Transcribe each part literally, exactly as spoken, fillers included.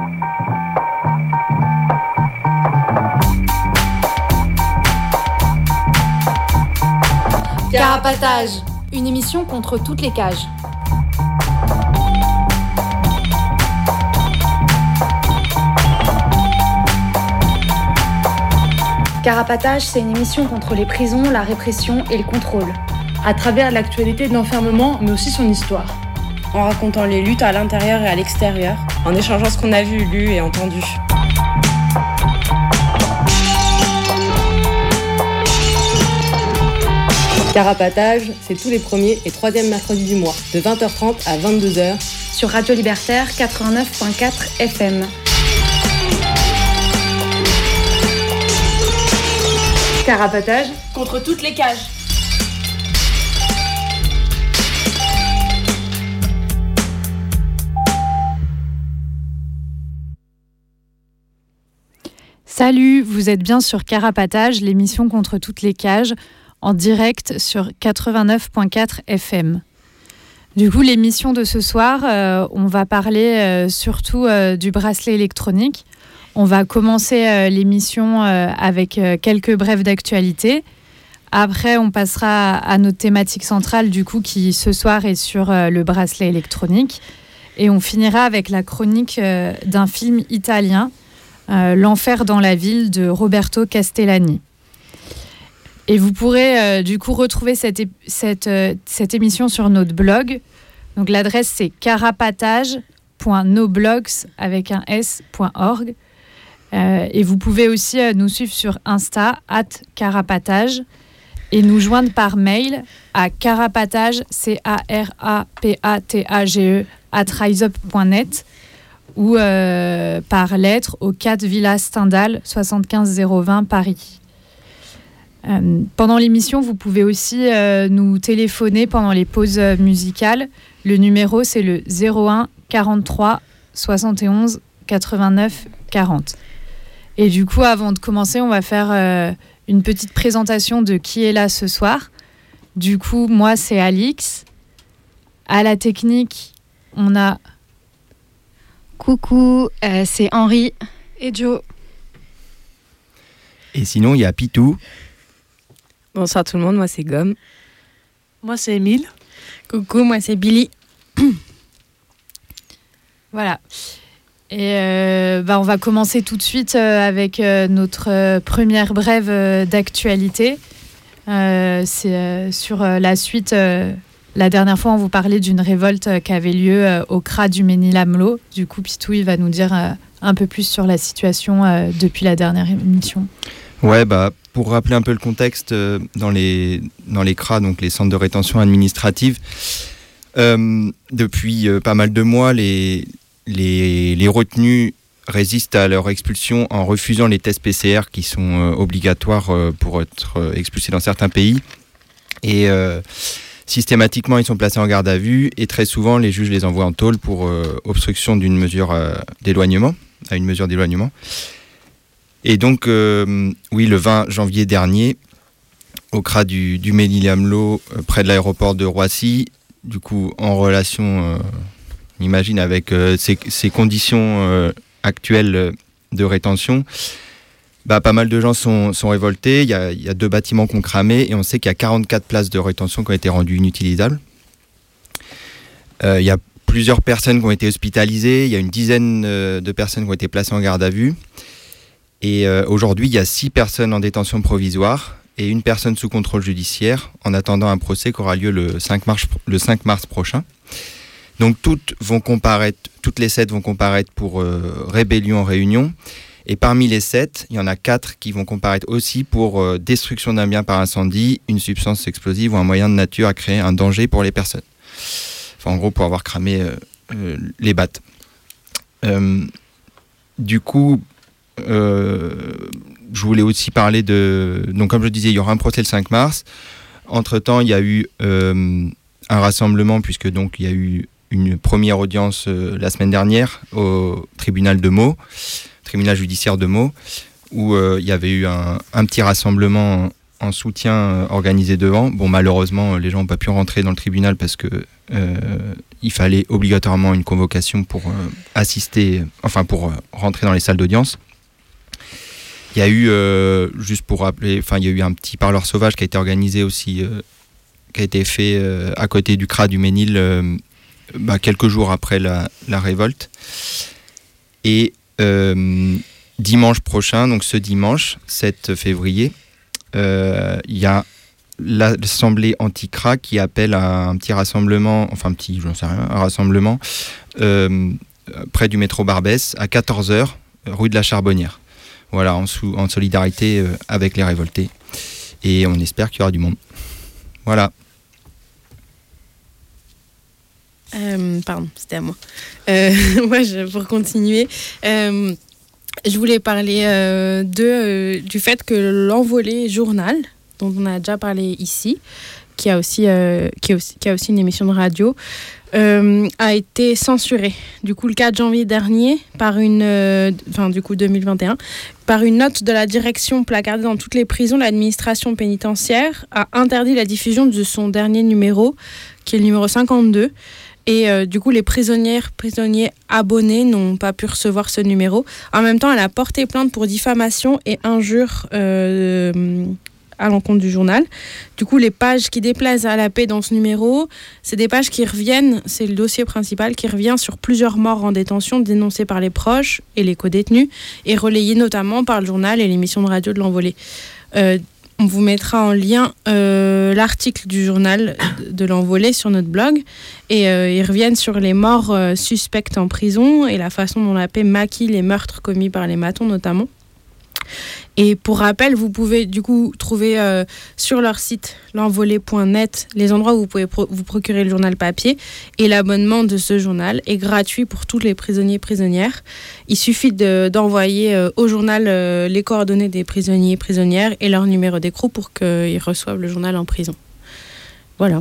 Carapatage, une émission contre toutes les cages. Carapatage, c'est une émission contre les prisons, la répression et le contrôle. À travers l'actualité de l'enfermement, mais aussi son histoire. En racontant les luttes à l'intérieur et à l'extérieur, en échangeant ce qu'on a vu, lu et entendu. Carapatage, c'est tous les premiers et troisièmes mercredis du mois, de vingt heures trente à vingt-deux heures, sur Radio Libertaire quatre-vingt-neuf virgule quatre F M. Carapatage, contre toutes les cages. Salut, vous êtes bien sur Carapatage, l'émission contre toutes les cages, en direct sur quatre-vingt-neuf virgule quatre F M. Du coup, l'émission de ce soir, euh, on va parler euh, surtout euh, du bracelet électronique. On va commencer euh, l'émission euh, avec euh, quelques brèves d'actualité. Après, on passera à notre thématique centrale, du coup, qui ce soir est sur euh, le bracelet électronique. Et on finira avec la chronique euh, d'un film italien, euh, L'enfer dans la ville de Roberto Castellani. Et vous pourrez euh, du coup retrouver cette, é- cette, euh, cette émission sur notre blog. Donc l'adresse c'est carapatage point noblogs avec un s.org. Euh, et vous pouvez aussi euh, nous suivre sur Insta, arobase carapatage, et nous joindre par mail à carapatage, c a r a p a t a g e, arobase riseup point net ou euh, par lettre au quatre Villa Stendhal, soixante-quinze zéro vingt Paris. Euh, pendant l'émission, vous pouvez aussi euh, nous téléphoner pendant les pauses musicales. Le numéro, c'est le zéro un quarante-trois soixante et onze quatre-vingt-neuf quarante. Et du coup, avant de commencer, on va faire euh, une petite présentation de qui est là ce soir. Du coup, moi, c'est Alix. À la technique, on a... Coucou, euh, c'est Henri et Joe. Et sinon, il y a Pitou. Bonsoir tout le monde, moi c'est Gomme. Moi c'est Émile. Coucou, moi c'est Billy. Voilà. Et euh, bah, on va commencer tout de suite euh, avec euh, notre euh, première brève euh, d'actualité. Euh, c'est euh, sur euh, la suite. Euh, la dernière fois, on vous parlait d'une révolte euh, qui avait lieu euh, au C R A du Mesnil-Amelot. Du coup, Pitou, il va nous dire euh, un peu plus sur la situation euh, depuis la dernière émission. Ouais, bah, pour rappeler un peu le contexte, euh, dans les, dans les C R A, donc les centres de rétention administrative, euh, depuis euh, pas mal de mois, les, les, les retenus résistent à leur expulsion en refusant les tests P C R qui sont euh, obligatoires euh, pour être euh, expulsés dans certains pays. Et euh, systématiquement, ils sont placés en garde à vue et très souvent, les juges les envoient en tôle pour euh, obstruction d'une mesure euh, d'éloignement, à une mesure d'éloignement. Et donc, euh, oui, le vingt janvier dernier, au C R A du, du Mesnil-Amelot, euh, près de l'aéroport de Roissy, du coup, en relation, euh, on imagine, avec euh, ces, ces conditions euh, actuelles de rétention, bah, pas mal de gens sont, sont révoltés. Il y a, il y a deux bâtiments qui ont cramé et on sait qu'il y a quarante-quatre places de rétention qui ont été rendues inutilisables. Euh, il y a plusieurs personnes qui ont été hospitalisées. Il y a une dizaine euh, de personnes qui ont été placées en garde à vue. Et euh, aujourd'hui, il y a six personnes en détention provisoire et une personne sous contrôle judiciaire en attendant un procès qui aura lieu le cinq mars, le cinq mars prochain. Donc toutes vont comparaître, toutes les sept vont comparaître pour euh, rébellion en réunion. Et parmi les sept, il y en a quatre qui vont comparaître aussi pour euh, destruction d'un bien par incendie, une substance explosive ou un moyen de nature à créer un danger pour les personnes. Enfin, en gros, pour avoir cramé euh, euh, les battes. Euh, du coup... Euh, je voulais aussi parler de... Donc comme je disais, il y aura un procès le cinq mars. Entre-temps, il y a eu euh, un rassemblement, puisque donc il y a eu une première audience euh, la semaine dernière au tribunal de Meaux, tribunal judiciaire de Meaux, où euh, il y avait eu un, un petit rassemblement en, en soutien euh, organisé devant. Bon, malheureusement, les gens n'ont pas pu rentrer dans le tribunal parce que euh, il fallait obligatoirement une convocation pour euh, assister, enfin pour euh, rentrer dans les salles d'audience. Il y a eu, euh, juste pour rappeler, enfin il y a eu un petit parleur sauvage qui a été organisé aussi, euh, qui a été fait euh, à côté du C R A du Ménil euh, bah, quelques jours après la, la révolte. Et euh, dimanche prochain, donc ce dimanche, sept février, euh, il y a l'Assemblée anti-C R A qui appelle à un petit rassemblement, enfin un petit, je n'en sais rien, un rassemblement euh, près du métro Barbès à quatorze heures, rue de la Charbonnière. Voilà, en, sous, en solidarité euh, avec les révoltés. Et on espère qu'il y aura du monde. Voilà. Euh, pardon, c'était à moi. Euh, moi, je, pour continuer, euh, je voulais parler euh, de, euh, du fait que l'Envolée Journal, dont on a déjà parlé ici, qui a aussi, euh, qui a aussi, qui a aussi une émission de radio, euh, a été censuré. Du coup, le quatre janvier dernier, par une, euh, enfin du coup deux mille vingt et un, par une note de la direction placardée dans toutes les prisons, l'administration pénitentiaire a interdit la diffusion de son dernier numéro, qui est le numéro cinquante-deux. Et euh, du coup, les prisonnières, prisonniers abonnés n'ont pas pu recevoir ce numéro. En même temps, elle a porté plainte pour diffamation et injure euh, à l'encontre du journal. Du coup, les pages qui déplaisent à la paix dans ce numéro, c'est des pages qui reviennent, c'est le dossier principal, qui revient sur plusieurs morts en détention dénoncées par les proches et les codétenus et relayées notamment par le journal et l'émission de radio de l'Envolée. Euh, On vous mettra en lien euh, l'article du journal de l'Envolée sur notre blog. Et euh, ils reviennent sur les morts euh, suspectes en prison et la façon dont la paix maquille les meurtres commis par les matons notamment. Et pour rappel, vous pouvez du coup trouver euh, sur leur site l'envolée point net les endroits où vous pouvez pro- vous procurer le journal papier. Et l'abonnement de ce journal est gratuit pour tous les prisonniers et prisonnières. Il suffit de, d'envoyer euh, au journal euh, les coordonnées des prisonniers et prisonnières et leur numéro d'écrou pour qu'ils reçoivent le journal en prison. Voilà.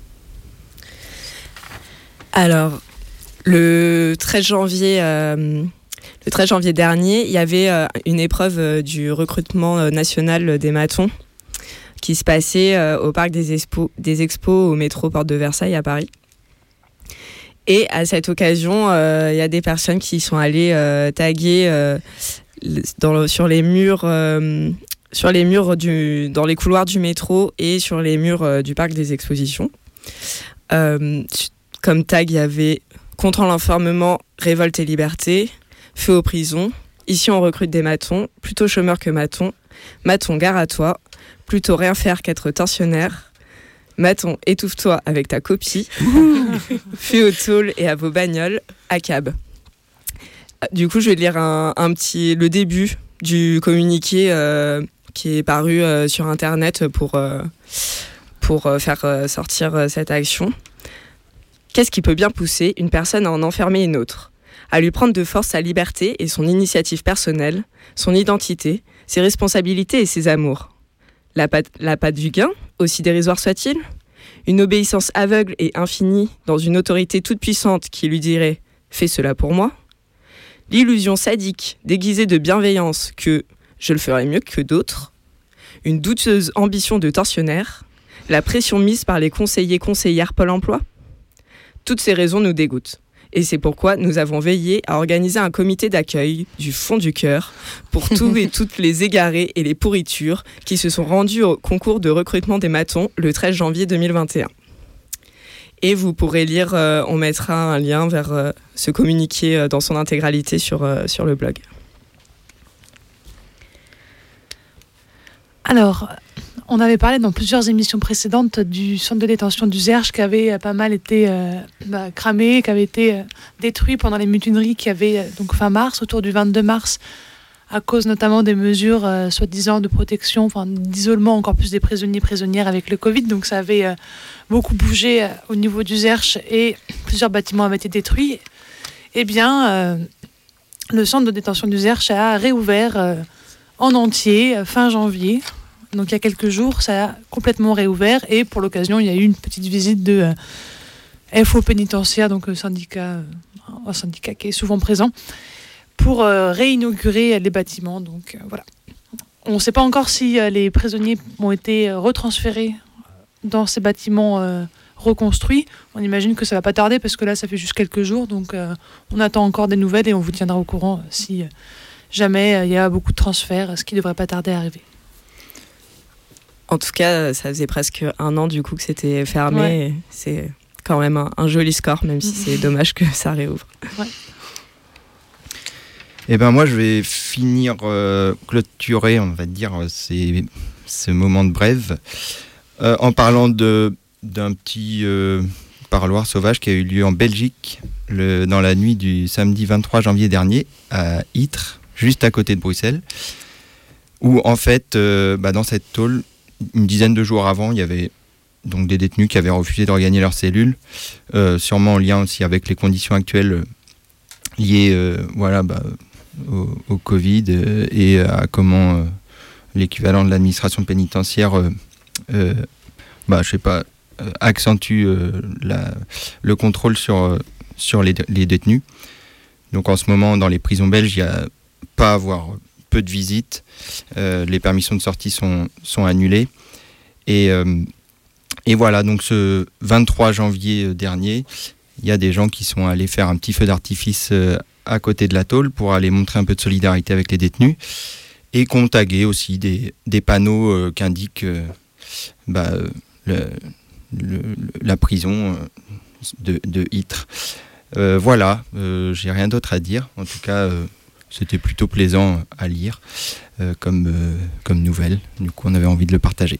Alors, le treize janvier... Euh Le treize janvier dernier, il y avait euh, une épreuve euh, du recrutement euh, national des matons qui se passait euh, au parc des, Expo, des Expos au métro Porte de Versailles à Paris. Et à cette occasion, euh, il y a des personnes qui sont allées euh, taguer euh, dans le, sur les murs, euh, sur les murs du, dans les couloirs du métro et sur les murs euh, du parc des expositions. Euh, comme tag, il y avait « Contre l'enfermement, révolte et liberté ». Feu aux prisons, ici on recrute des matons, plutôt chômeurs que matons. Maton, gare à toi, plutôt rien faire qu'être tortionnaire. Maton, étouffe-toi avec ta copie. Feu aux tôles et à vos bagnoles, à cab. Du coup, je vais lire un, un petit, le début du communiqué euh, qui est paru euh, sur Internet pour, euh, pour euh, faire euh, sortir euh, cette action. Qu'est-ce qui peut bien pousser une personne à en enfermer une autre ? À lui prendre de force sa liberté et son initiative personnelle, son identité, ses responsabilités et ses amours. La patte, la patte du gain, aussi dérisoire soit-il ? Une obéissance aveugle et infinie dans une autorité toute puissante qui lui dirait « fais cela pour moi ». L'illusion sadique déguisée de bienveillance que « je le ferai mieux que d'autres ». Une douteuse ambition de tortionnaire. La pression mise par les conseillers conseillères Pôle emploi. Toutes ces raisons nous dégoûtent. Et c'est pourquoi nous avons veillé à organiser un comité d'accueil du fond du cœur pour tous et toutes les égarés et les pourritures qui se sont rendus au concours de recrutement des matons le treize janvier deux mille vingt et un. Et vous pourrez lire, euh, on mettra un lien vers euh, ce communiqué euh, dans son intégralité sur, euh, sur le blog. Alors, on avait parlé dans plusieurs émissions précédentes du centre de détention d'Uzerche qui avait pas mal été euh, bah, cramé, qui avait été euh, détruit pendant les mutineries qui avaient euh, donc fin mars, autour du vingt-deux mars, à cause notamment des mesures euh, soi-disant de protection, enfin d'isolement encore plus des prisonniers et prisonnières avec le Covid. Donc ça avait euh, beaucoup bougé euh, au niveau d'Uzerche et plusieurs bâtiments avaient été détruits. Eh bien, euh, le centre de détention d'Uzerche a réouvert euh, en entier euh, fin janvier. Donc il y a quelques jours, ça a complètement réouvert et pour l'occasion, il y a eu une petite visite de euh, F O pénitentiaire, donc un syndicat, euh, un syndicat qui est souvent présent, pour euh, réinaugurer les bâtiments. Donc euh, voilà. On ne sait pas encore si euh, les prisonniers ont été retransférés dans ces bâtiments euh, reconstruit. On imagine que ça va pas tarder parce que là, ça fait juste quelques jours. Donc, euh, on attend encore des nouvelles et on vous tiendra au courant si euh, jamais il euh, y a beaucoup de transferts, ce qui devrait pas tarder à arriver. En tout cas, ça faisait presque un an du coup que c'était fermé. Ouais. Et c'est quand même un, un joli score, même si c'est dommage que ça réouvre. Ouais. Eh ben moi, je vais finir, euh, clôturer, on va dire, ces, ce moment de brève, euh, en parlant de, d'un petit euh, parloir sauvage qui a eu lieu en Belgique le, dans la nuit du samedi vingt-trois janvier dernier à Ytre, juste à côté de Bruxelles, où en fait, euh, bah, dans cette tôle, une dizaine de jours avant, il y avait donc des détenus qui avaient refusé de regagner leur cellule, euh, sûrement en lien aussi avec les conditions actuelles euh, liées, euh, voilà, bah, Au, au Covid euh, et à comment euh, l'équivalent de l'administration pénitentiaire euh, euh, bah, je sais pas, euh, accentue euh, la, le contrôle sur, euh, sur les, les détenus. Donc en ce moment, dans les prisons belges, il n'y a pas à avoir peu de visites. Euh, les permissions de sortie sont, sont annulées. Et, euh, et voilà, donc ce vingt-trois janvier dernier, il y a des gens qui sont allés faire un petit feu d'artifice euh, à côté de la tôle pour aller montrer un peu de solidarité avec les détenus et qu'on taguait aussi des, des panneaux euh, qui indiquent euh, bah, le, le, la prison de, de Ytre. Euh, voilà, euh, j'ai rien d'autre à dire. En tout cas, euh, c'était plutôt plaisant à lire euh, comme, euh, comme nouvelle. Du coup, on avait envie de le partager.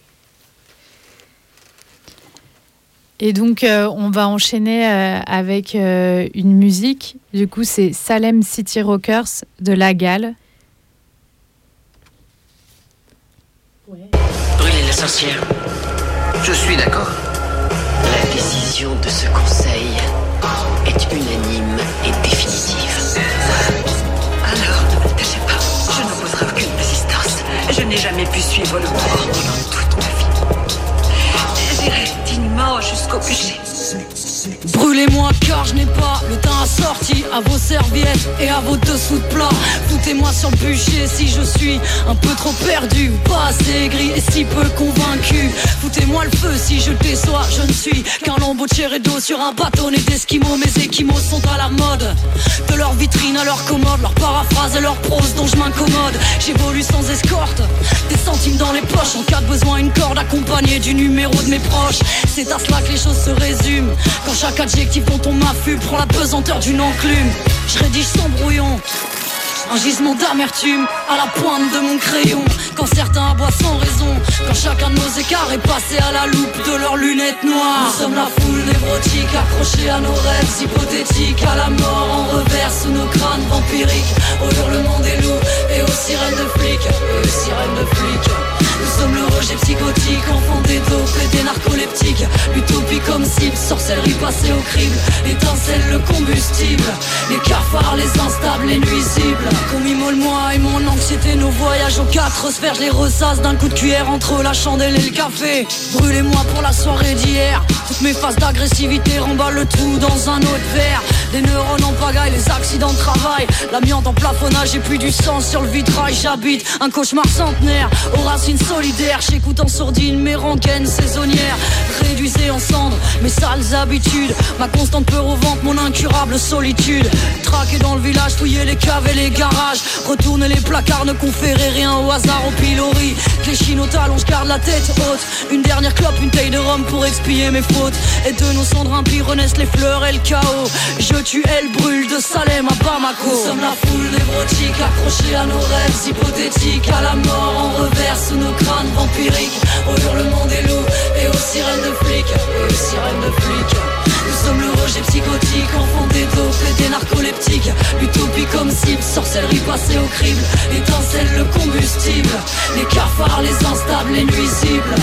Et donc, euh, on va enchaîner euh, avec euh, une musique. Du coup, c'est Salem City Rockers de La Gale. Ouais. Brûler la sorcière. Je suis d'accord. La décision de ce conseil est unanime et définitive. Alors, ne tâchez pas. Je n'opposerai aucune résistance. Je n'ai jamais pu suivre le droit pendant toute ma vie. J'irai dignement jusqu'au bûcher. Brûlez-moi car je n'ai pas le temps assorti à vos serviettes et à vos dessous de plat. Foutez-moi sur le bûcher si je suis un peu trop perdu, pas assez aigri et si peu convaincu. Foutez-moi le feu si je déçois, je ne suis qu'un lambeau de chair et d'eau sur un bâtonnet d'esquimaux. Mes équimaux sont à la mode, de leur vitrine à leur commode, leur paraphrase et leur prose dont je m'incommode. J'évolue sans escorte, des centimes dans les poches, en cas de besoin une corde accompagnée du numéro de mes proches. C'est à cela que les choses se résument, quand chaque adjectif dont on m'affût prend la pesanteur d'une enclume. Je rédige sans brouillon, un gisement d'amertume à la pointe de mon crayon. Quand certains aboient sans raison, quand chacun de nos écarts est passé à la loupe de leurs lunettes noires. Nous sommes la foule névrotique accrochée à nos rêves hypothétiques, à la mort en revers sous nos crânes vampiriques, au hurlement des loups et aux sirènes de flics, et aux sirènes de flics. Nous sommes le rejet psychotique, enfant des dopes et des narcoleptiques. L'utopie comme cible, sorcellerie passée au crible, l'étincelle, le combustible, les cafards, les instables, les nuisibles. Qu'on m'immole moi et mon anxiété, nos voyages aux quatre sphères, je les ressasse d'un coup de cuillère entre la chandelle et le café. Brûlez-moi pour la soirée d'hier, toutes mes phases d'agressivité remballe le tout dans un autre verre. Les neurones en pagaille, les accidents de travail, l'amiante en plafonnage et puis du sang sur le vitrail. J'habite un cauchemar centenaire, aux racines solidaires. J'écoute en sourdine mes rengaines saisonnières. Réduisez en cendres mes sales habitudes, ma constante peur au ventre, mon incurable solitude. Traquer dans le village, fouiller les caves et les garages, retourner les placards, ne conférer rien au hasard, au pilori. Les chinois talons, je garde la tête haute. Une dernière clope, une taille de rhum pour expier mes fautes. Et de nos cendres impies renaissent les fleurs et le chaos. Je tue, elle brûle de Salem à Bamako. Nous sommes la foule névrotique accrochée à nos rêves hypothétiques, à la mort en revers sous nos crânes vampiriques, au hurlement des loups et aux sirènes de flics, et aux sirènes de flics. Nous sommes le rejet psychotique, enfant des dopes et des narcoleptiques. L'utopie comme cible, sorcellerie passée au crible, l'étincelle, le combustible, les cafards, les instables, les nuisibles.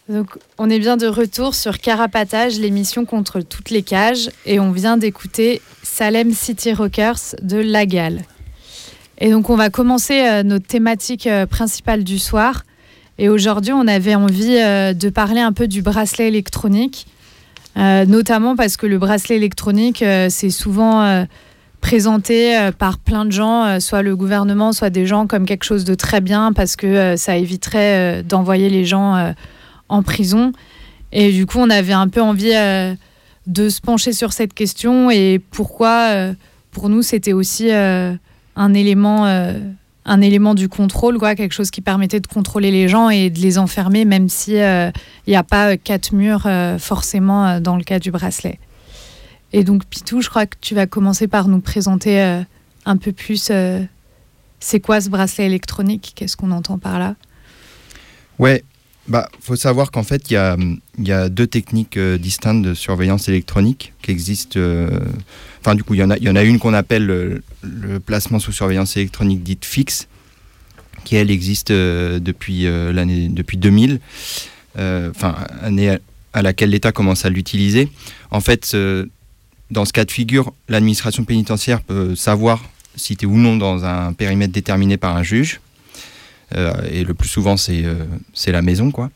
Donc, on est bien de retour sur Carapatage, l'émission contre toutes les cages, et on vient d'écouter Salem City Rockers de Lagal. Et donc, on va commencer euh, notre thématique euh, principale du soir. Et aujourd'hui, on avait envie euh, de parler un peu du bracelet électronique, euh, notamment parce que le bracelet électronique, euh, c'est souvent euh, présenté euh, par plein de gens, euh, soit le gouvernement, soit des gens, comme quelque chose de très bien, parce que euh, ça éviterait euh, d'envoyer les gens euh, en prison. Et du coup, on avait un peu envie euh, de se pencher sur cette question et pourquoi, euh, pour nous, c'était aussi euh, un élément, euh, un élément du contrôle, quoi, quelque chose qui permettait de contrôler les gens et de les enfermer, même si il euh, n'y a pas quatre murs euh, forcément euh, dans le cas du bracelet. Et donc, Pitou, je crois que tu vas commencer par nous présenter euh, un peu plus euh, c'est quoi ce bracelet électronique, qu'est-ce qu'on entend par là? Ouais. Bah, faut savoir qu'en fait, il y a, y a deux techniques euh, distinctes de surveillance électronique qui existent. Euh, enfin, du coup, il y en a, il y en a une qu'on appelle le, le placement sous surveillance électronique dite fixe, qui elle existe euh, depuis euh, l'année, depuis deux mille. Enfin, euh, année à, à laquelle l'État commence à l'utiliser. En fait, euh, dans ce cas de figure, l'administration pénitentiaire peut savoir si tu es ou non dans un périmètre déterminé par un juge. Euh, et le plus souvent c'est, euh, c'est la maison, quoi.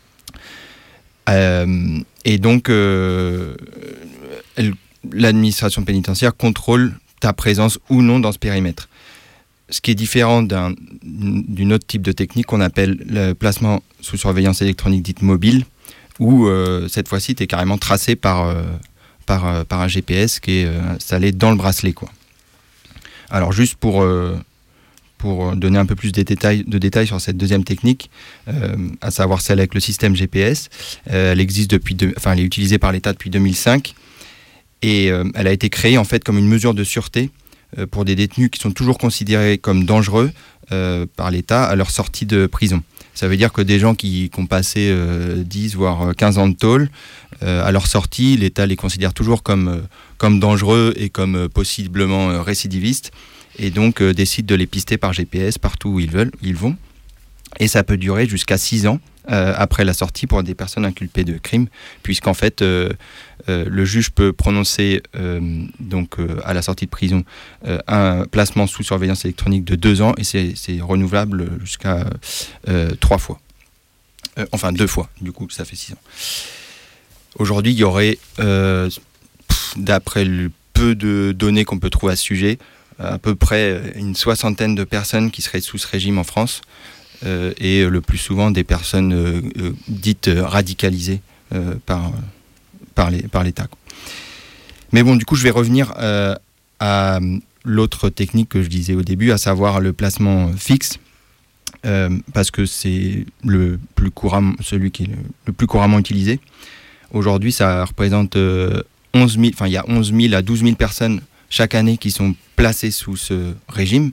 Euh, et donc euh, elle, l'administration pénitentiaire contrôle ta présence ou non dans ce périmètre. Ce qui est différent d'un, d'une autre type de technique qu'on appelle le placement sous surveillance électronique dite mobile, où euh, cette fois-ci tu es carrément tracé par, euh, par, euh, par un G P S qui est euh, installé dans le bracelet, quoi. Alors juste pour... Euh, Pour donner un peu plus de détails, de détails sur cette deuxième technique, euh, à savoir celle avec le système G P S. Euh, elle existe depuis, de, enfin, elle est utilisée par l'État depuis deux mille cinq et euh, elle a été créée en fait comme une mesure de sûreté euh, pour des détenus qui sont toujours considérés comme dangereux euh, par l'État à leur sortie de prison. Ça veut dire que des gens qui, qui ont passé euh, dix voire quinze ans de tôle, euh, à leur sortie, l'État les considère toujours comme, euh, comme dangereux et comme euh, possiblement euh, récidivistes. Et donc euh, décident de les pister par G P S partout où ils veulent, ils vont. Et ça peut durer jusqu'à six ans euh, après la sortie pour des personnes inculpées de crimes, puisqu'en fait euh, euh, le juge peut prononcer euh, donc euh, à la sortie de prison euh, un placement sous surveillance électronique de deux ans et c'est, c'est renouvelable jusqu'à euh, trois fois. Euh, enfin deux fois, du coup ça fait six ans. Aujourd'hui il y aurait, euh, pff, d'après le peu de données qu'on peut trouver à ce sujet, à peu près une soixantaine de personnes qui seraient sous ce régime en France euh, et le plus souvent des personnes euh, euh, dites radicalisées euh, par, par, les, par l'État, quoi. Mais bon, du coup, je vais revenir euh, à l'autre technique que je disais au début, à savoir le placement fixe, euh, parce que c'est le plus couramment, celui qui est le, le plus couramment utilisé. Aujourd'hui, ça représente euh, onze mille, enfin il y a onze mille à douze mille personnes chaque année qui sont placés sous ce régime.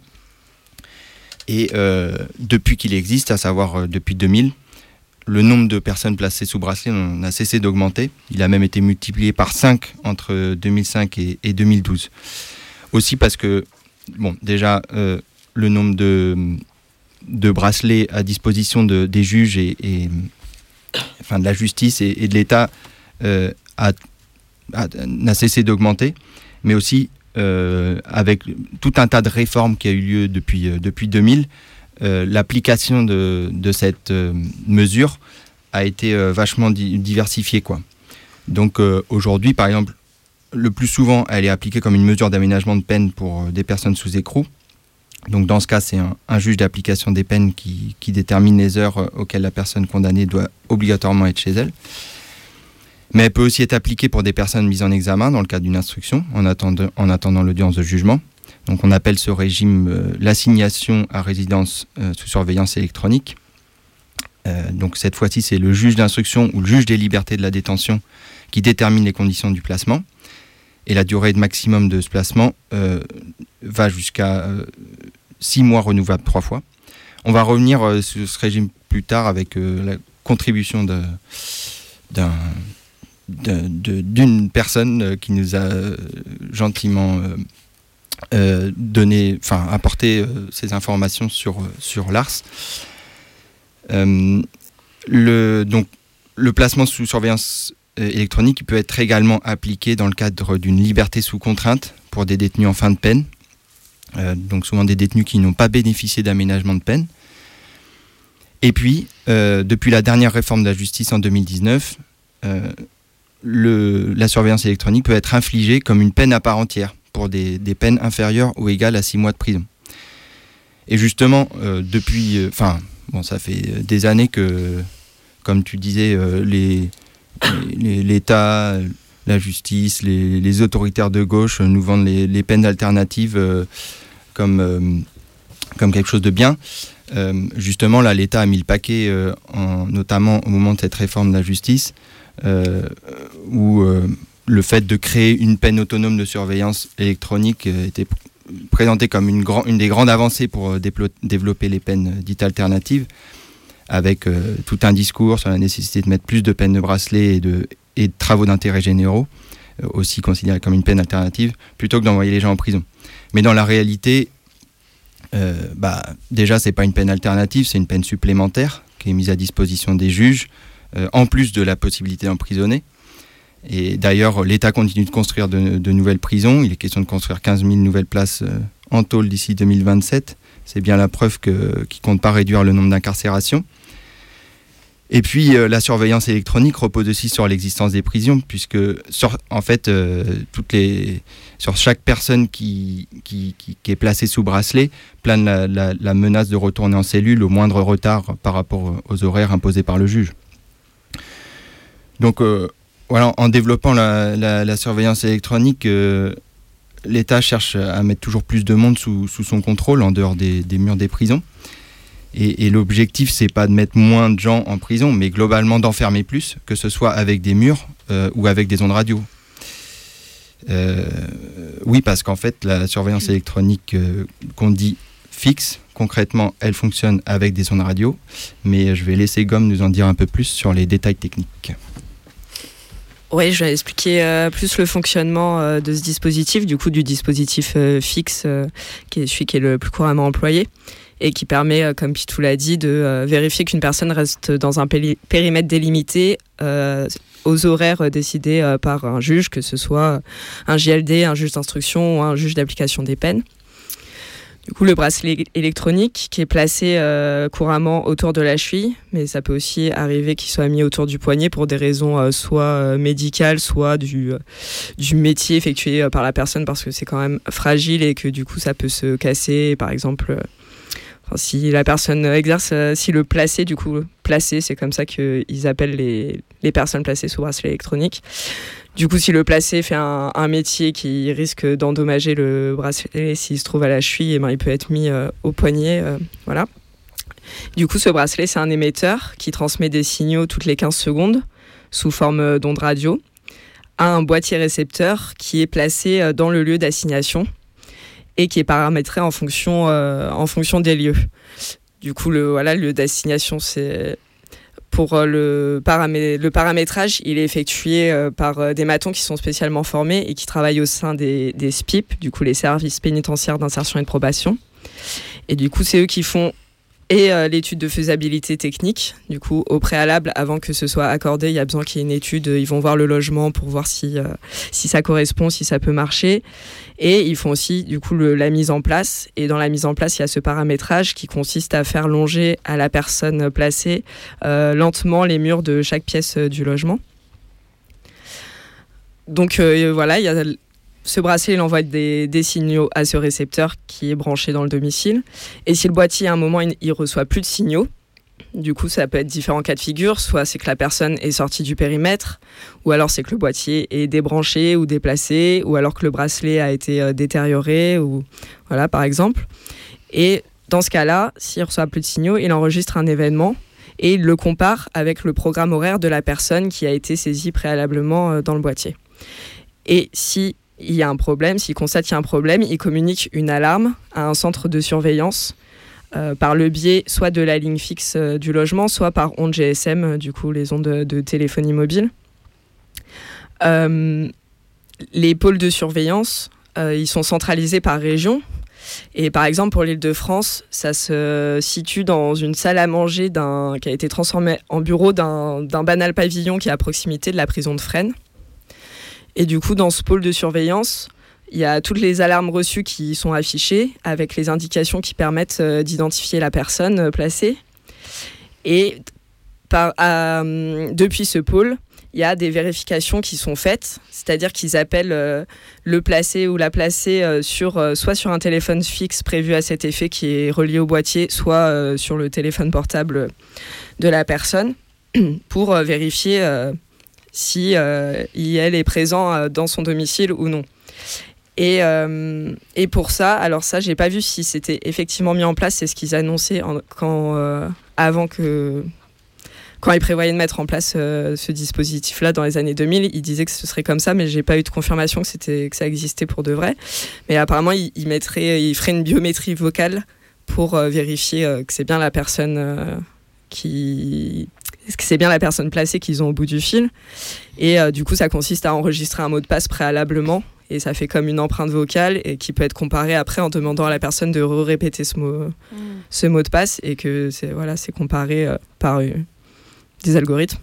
Et euh, depuis qu'il existe, à savoir euh, depuis deux mille, le nombre de personnes placées sous bracelet n'a cessé d'augmenter. Il a même été multiplié par cinq entre deux mille cinq et, et deux mille douze. Aussi parce que, bon, déjà, euh, le nombre de, de bracelets à disposition de, des juges et, et enfin, de la justice et, et de l'État euh, a, a, n'a cessé d'augmenter, mais aussi Euh, avec tout un tas de réformes qui a eu lieu depuis, euh, depuis deux mille, euh, l'application de, de cette euh, mesure a été euh, vachement di- diversifiée, quoi. Donc euh, aujourd'hui, par exemple, le plus souvent, elle est appliquée comme une mesure d'aménagement de peine pour euh, des personnes sous écrou. Donc dans ce cas, c'est un, un juge d'application des peines qui, qui détermine les heures euh, auxquelles la personne condamnée doit obligatoirement être chez elle. Mais elle peut aussi être appliquée pour des personnes mises en examen dans le cadre d'une instruction, en attendant, en attendant l'audience de jugement. Donc on appelle ce régime euh, l'assignation à résidence euh, sous surveillance électronique. Euh, donc cette fois-ci, c'est le juge d'instruction ou le juge des libertés de la détention qui détermine les conditions du placement. Et la durée de maximum de ce placement euh, va jusqu'à euh, six mois renouvelables trois fois. On va revenir euh, sur ce régime plus tard avec euh, la contribution de, d'un... De, de, d'une personne qui nous a euh, gentiment euh, euh, donné, enfin apporté euh, ces informations sur, sur l'A R S. Euh, le, donc, le placement sous surveillance euh, électronique il peut être également appliqué dans le cadre d'une liberté sous contrainte pour des détenus en fin de peine, euh, donc souvent des détenus qui n'ont pas bénéficié d'aménagement de peine. Et puis, euh, depuis la dernière réforme de la justice en deux mille dix-neuf, euh, le, la surveillance électronique peut être infligée comme une peine à part entière pour des, des peines inférieures ou égales à six mois de prison. Et justement, euh, depuis... Enfin, euh, bon, ça fait des années que, comme tu disais, euh, les, les, l'État, la justice, les, les autoritaires de gauche nous vendent les, les peines alternatives euh, comme, euh, comme quelque chose de bien. Euh, justement, là, l'État a mis le paquet, euh, en, notamment au moment de cette réforme de la justice, euh, où euh, le fait de créer une peine autonome de surveillance électronique euh, était présenté comme une, grand, une des grandes avancées pour euh, déplo- développer les peines dites alternatives, avec euh, tout un discours sur la nécessité de mettre plus de peines de bracelet et de, et de travaux d'intérêt généraux, euh, aussi considérés comme une peine alternative, plutôt que d'envoyer les gens en prison. Mais dans la réalité, euh, bah, déjà, c'est pas une peine alternative, c'est une peine supplémentaire qui est mise à disposition des juges, euh, en plus de la possibilité d'emprisonner. Et d'ailleurs, l'État continue de construire de, de nouvelles prisons. Il est question de construire quinze mille nouvelles places euh, en tôle d'ici deux mille vingt-sept. C'est bien la preuve que, qu'ils ne comptent pas réduire le nombre d'incarcérations. Et puis, euh, la surveillance électronique repose aussi sur l'existence des prisons, puisque, sur, en fait, euh, toutes les, sur chaque personne qui, qui, qui, qui est placée sous bracelet, plane la, la, la menace de retourner en cellule au moindre retard par rapport aux horaires imposés par le juge. Donc, euh, voilà, en développant la, la, la surveillance électronique, euh, l'État cherche à mettre toujours plus de monde sous, sous son contrôle, en dehors des, des murs des prisons. Et, et l'objectif, c'est pas de mettre moins de gens en prison, mais globalement d'enfermer plus, que ce soit avec des murs euh, ou avec des ondes radio. Euh, oui, parce qu'en fait, la surveillance électronique euh, qu'on dit fixe, concrètement, elle fonctionne avec des ondes radio, mais je vais laisser Gomme nous en dire un peu plus sur les détails techniques. Oui, je vais expliquer euh, plus le fonctionnement euh, de ce dispositif, du coup du dispositif euh, fixe, euh, qui est celui qui est le plus couramment employé, et qui permet, euh, comme Pitou l'a dit, de euh, vérifier qu'une personne reste dans un péri- périmètre délimité euh, aux horaires décidés euh, par un juge, que ce soit un J L D, un juge d'instruction ou un juge d'application des peines. Du coup, le bracelet électronique qui est placé euh, couramment autour de la cheville, mais ça peut aussi arriver qu'il soit mis autour du poignet pour des raisons euh, soit euh, médicales, soit du, euh, du métier effectué euh, par la personne, parce que c'est quand même fragile et que du coup ça peut se casser. Par exemple, euh, enfin, si la personne exerce, euh, si le placé, du coup, placé, c'est comme ça qu'ils appellent les, les personnes placées sous bracelet électronique. Du coup, si le placé fait un, un métier qui risque d'endommager le bracelet, s'il se trouve à la cheville, eh ben, il peut être mis euh, au poignet. Euh, voilà. Du coup, ce bracelet, c'est un émetteur qui transmet des signaux toutes les quinze secondes sous forme d'ondes radio à un boîtier récepteur qui est placé dans le lieu d'assignation et qui est paramétré en fonction, euh, en fonction des lieux. Du coup, le, voilà, le lieu d'assignation, c'est... Pour le, paramé- le paramétrage, il est effectué euh, par euh, des matons qui sont spécialement formés et qui travaillent au sein des, des S P I P, du coup les services pénitentiaires d'insertion et de probation. Et du coup, c'est eux qui font et euh, l'étude de faisabilité technique. Du coup, au préalable, avant que ce soit accordé, il y a besoin qu'il y ait une étude. Ils vont voir le logement pour voir si, euh, si ça correspond, si ça peut marcher. Et ils font aussi du coup le, la mise en place. Et dans la mise en place, il y a ce paramétrage qui consiste à faire longer à la personne placée euh, lentement les murs de chaque pièce euh, du logement. Donc euh, voilà, il y a ce bracelet, il envoie des, des signaux à ce récepteur qui est branché dans le domicile. Et si le boîtier, à un moment, il, il reçoit plus de signaux, du coup, ça peut être différents cas de figure. Soit c'est que la personne est sortie du périmètre, ou alors c'est que le boîtier est débranché ou déplacé, ou alors que le bracelet a été euh, détérioré, ou voilà, par exemple. Et dans ce cas-là, s'il reçoit plus de signaux, il enregistre un événement et il le compare avec le programme horaire de la personne qui a été saisie préalablement euh, dans le boîtier. Et si il y a un problème, s'il constate qu'il y a un problème, il communique une alarme à un centre de surveillance euh, par le biais soit de la ligne fixe euh, du logement, soit par ondes G S M, euh, du coup les ondes de, de téléphonie mobile. Euh, les pôles de surveillance, euh, ils sont centralisés par région Et par exemple, pour l'Île-de-France, ça se situe dans une salle à manger d'un, qui a été transformée en bureau d'un, d'un banal pavillon qui est à proximité de la prison de Fresnes. Et du coup, dans ce pôle de surveillance, il y a toutes les alarmes reçues qui sont affichées avec les indications qui permettent euh, d'identifier la personne euh, placée. Et par, euh, depuis ce pôle, il y a des vérifications qui sont faites, c'est-à-dire qu'ils appellent euh, le placé ou la placée euh, sur, euh, soit sur un téléphone fixe prévu à cet effet qui est relié au boîtier, soit euh, sur le téléphone portable de la personne pour euh, vérifier euh, si euh, il, elle est présent euh, dans son domicile ou non. Et, euh, et pour ça, alors ça, j'ai pas vu si c'était effectivement mis en place, c'est ce qu'ils annonçaient en, quand, euh, avant que... Quand ils prévoyaient de mettre en place euh, ce dispositif-là dans les années deux mille, ils disaient que ce serait comme ça, mais j'ai pas eu de confirmation que, c'était, que ça existait pour de vrai. Mais apparemment, ils, ils, mettraient, ils feraient une biométrie vocale pour euh, vérifier euh, que c'est bien la personne euh, qui... que c'est bien la personne placée qu'ils ont au bout du fil. Et euh, du coup, ça consiste à enregistrer un mot de passe préalablement. Et ça fait comme une empreinte vocale et qui peut être comparée après en demandant à la personne de répéter ce mot, mmh. ce mot de passe. Et que c'est, voilà, c'est comparé euh, par... Euh, des algorithmes.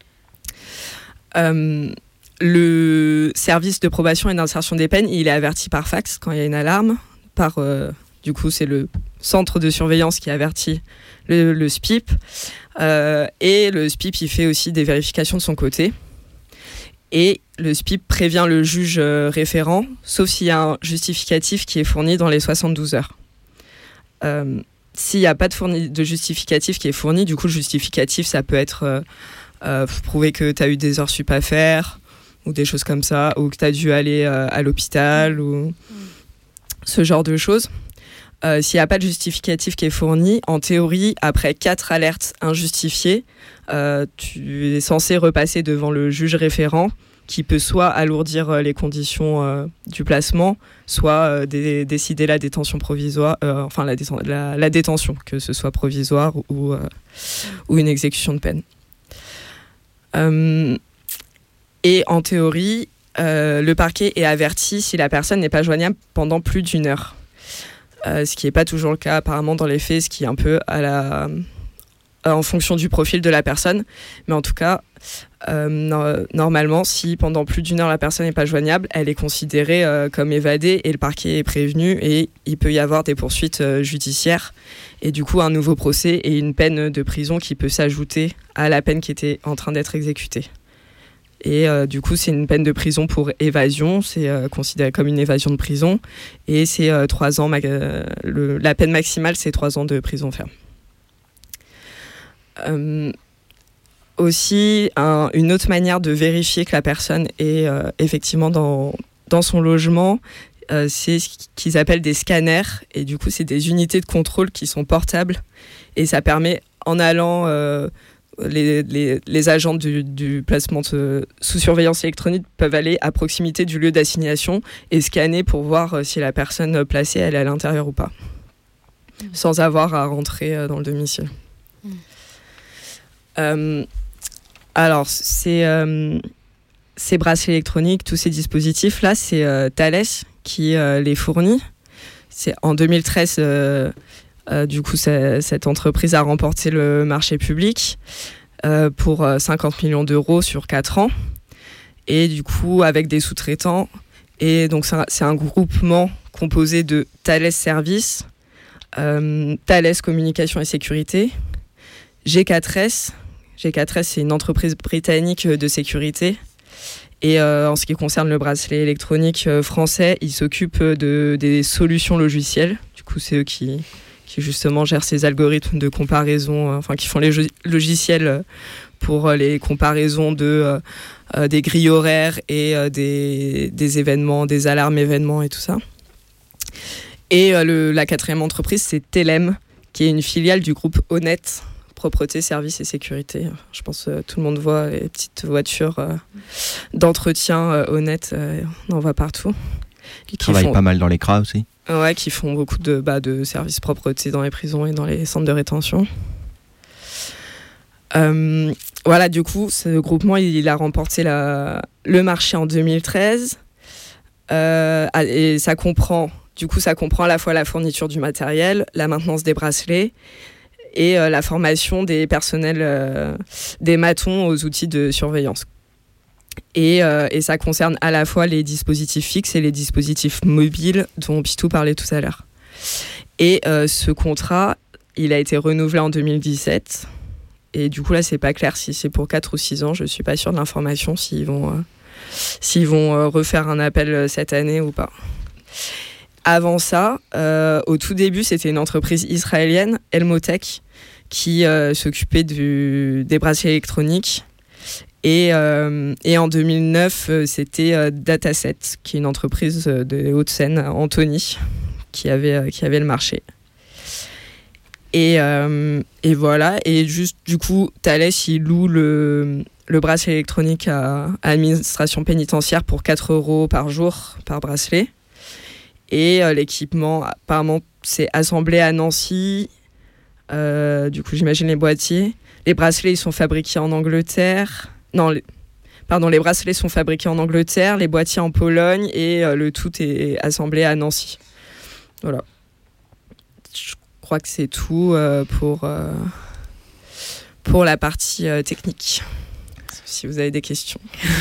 Euh, le service de probation et d'insertion des peines, il est averti par fax quand il y a une alarme. Par, euh, du coup, c'est le centre de surveillance qui avertit le, le S P I P. Euh, et le S P I P, il fait aussi des vérifications de son côté. Et le S P I P prévient le juge euh, référent, sauf s'il y a un justificatif qui est fourni dans les soixante-douze heures. Euh, S'il n'y a pas de, fourni, de justificatif qui est fourni, du coup, le justificatif, ça peut être euh, euh, prouver que tu as eu des heures sup à faire, ou des choses comme ça, ou que tu as dû aller euh, à l'hôpital, ou mmh. ce genre de choses. Euh, s'il n'y a pas de justificatif qui est fourni, en théorie, après quatre alertes injustifiées, euh, tu es censé repasser devant le juge référent, qui peut soit alourdir les conditions euh, du placement, soit euh, dé- décider la détention provisoire, euh, enfin la, déten- la, la détention, que ce soit provisoire ou, euh, ou une exécution de peine. Euh, et en théorie, euh, le parquet est averti si la personne n'est pas joignable pendant plus d'une heure. Euh, ce qui n'est pas toujours le cas apparemment dans les faits, ce qui est un peu à la... en fonction du profil de la personne, mais en tout cas, euh, no- normalement, si pendant plus d'une heure la personne n'est pas joignable, elle est considérée euh, comme évadée et le parquet est prévenu et il peut y avoir des poursuites euh, judiciaires et du coup un nouveau procès et une peine de prison qui peut s'ajouter à la peine qui était en train d'être exécutée. Et euh, du coup, c'est une peine de prison pour évasion, c'est euh, considéré comme une évasion de prison et c'est euh, trois ans, ma- euh, le, la peine maximale, c'est trois ans de prison ferme. Euh, aussi, un, une autre manière de vérifier que la personne est euh, effectivement dans, dans son logement, euh, c'est ce qu'ils appellent des scanners. Et du coup, c'est des unités de contrôle qui sont portables. Et ça permet, en allant, euh, les, les, les agents du, du placement de, sous surveillance électronique peuvent aller à proximité du lieu d'assignation et scanner pour voir euh, si la personne placée elle est à l'intérieur ou pas, mmh. sans avoir à rentrer euh, dans le domicile. Mmh. Euh, alors, c'est, euh, ces bracelets électroniques, tous ces dispositifs-là, c'est euh, Thales qui euh, les fournit. C'est en deux mille treize, euh, euh, du coup, cette entreprise a remporté le marché public euh, pour cinquante millions d'euros sur quatre ans. Et du coup, avec des sous-traitants. Et donc, c'est un, c'est un groupement composé de Thales Services, euh, Thales Communication et Sécurité, G quatre S. G quatre S, c'est une entreprise britannique de sécurité. Et euh, en ce qui concerne le bracelet électronique euh, français, ils s'occupent de, des solutions logicielles. Du coup, c'est eux qui, qui justement gèrent ces algorithmes de comparaison, euh, enfin qui font les jo- logiciels pour euh, les comparaisons de, euh, euh, des grilles horaires et euh, des, des événements, des alarmes événements et tout ça. Et euh, le, la quatrième entreprise, c'est Telem, qui est une filiale du groupe Honnête, propreté, service et sécurité. Je pense que euh, tout le monde voit les petites voitures euh, d'entretien euh, Honnête, euh, on en voit partout. Qui, qui travaillent font... pas mal dans les C R A aussi. Ouais, qui font beaucoup de, bah, de services propreté dans les prisons et dans les centres de rétention. Euh, voilà, du coup, ce groupement, il, il a remporté la, le marché en deux mille treize. Euh, et ça comprend Du coup, ça comprend à la fois la fourniture du matériel, la maintenance des bracelets et euh, la formation des personnels euh, des matons aux outils de surveillance. Et, euh, et ça concerne à la fois les dispositifs fixes et les dispositifs mobiles dont Pitou parlait tout à l'heure. Et euh, ce contrat, il a été renouvelé en deux mille dix-sept. Et du coup, là, c'est pas clair si c'est pour quatre ou six ans. Je suis pas sûre de l'information, s'ils vont, euh, s'ils vont euh, refaire un appel cette année ou pas. Avant ça, euh, au tout début, c'était une entreprise israélienne, Elmotech, qui euh, s'occupait du, des bracelets électroniques. Et, euh, et en deux mille neuf, c'était euh, Dataset, qui est une entreprise de Hauts-de-Seine, Antony, qui avait, euh, qui avait le marché. Et, euh, et voilà. Et juste, du coup, Thales, il loue le, le bracelet électronique à, à l'administration pénitentiaire pour quatre euros par jour, par bracelet. Et euh, l'équipement, apparemment, c'est assemblé à Nancy. Euh, du coup, j'imagine les boîtiers. Les bracelets, ils sont fabriqués en Angleterre. Non, les, pardon, les bracelets sont fabriqués en Angleterre, les boîtiers en Pologne, et euh, le tout est assemblé à Nancy. Voilà. Je crois que c'est tout euh, pour, euh, pour la partie euh, technique. Si vous avez des questions.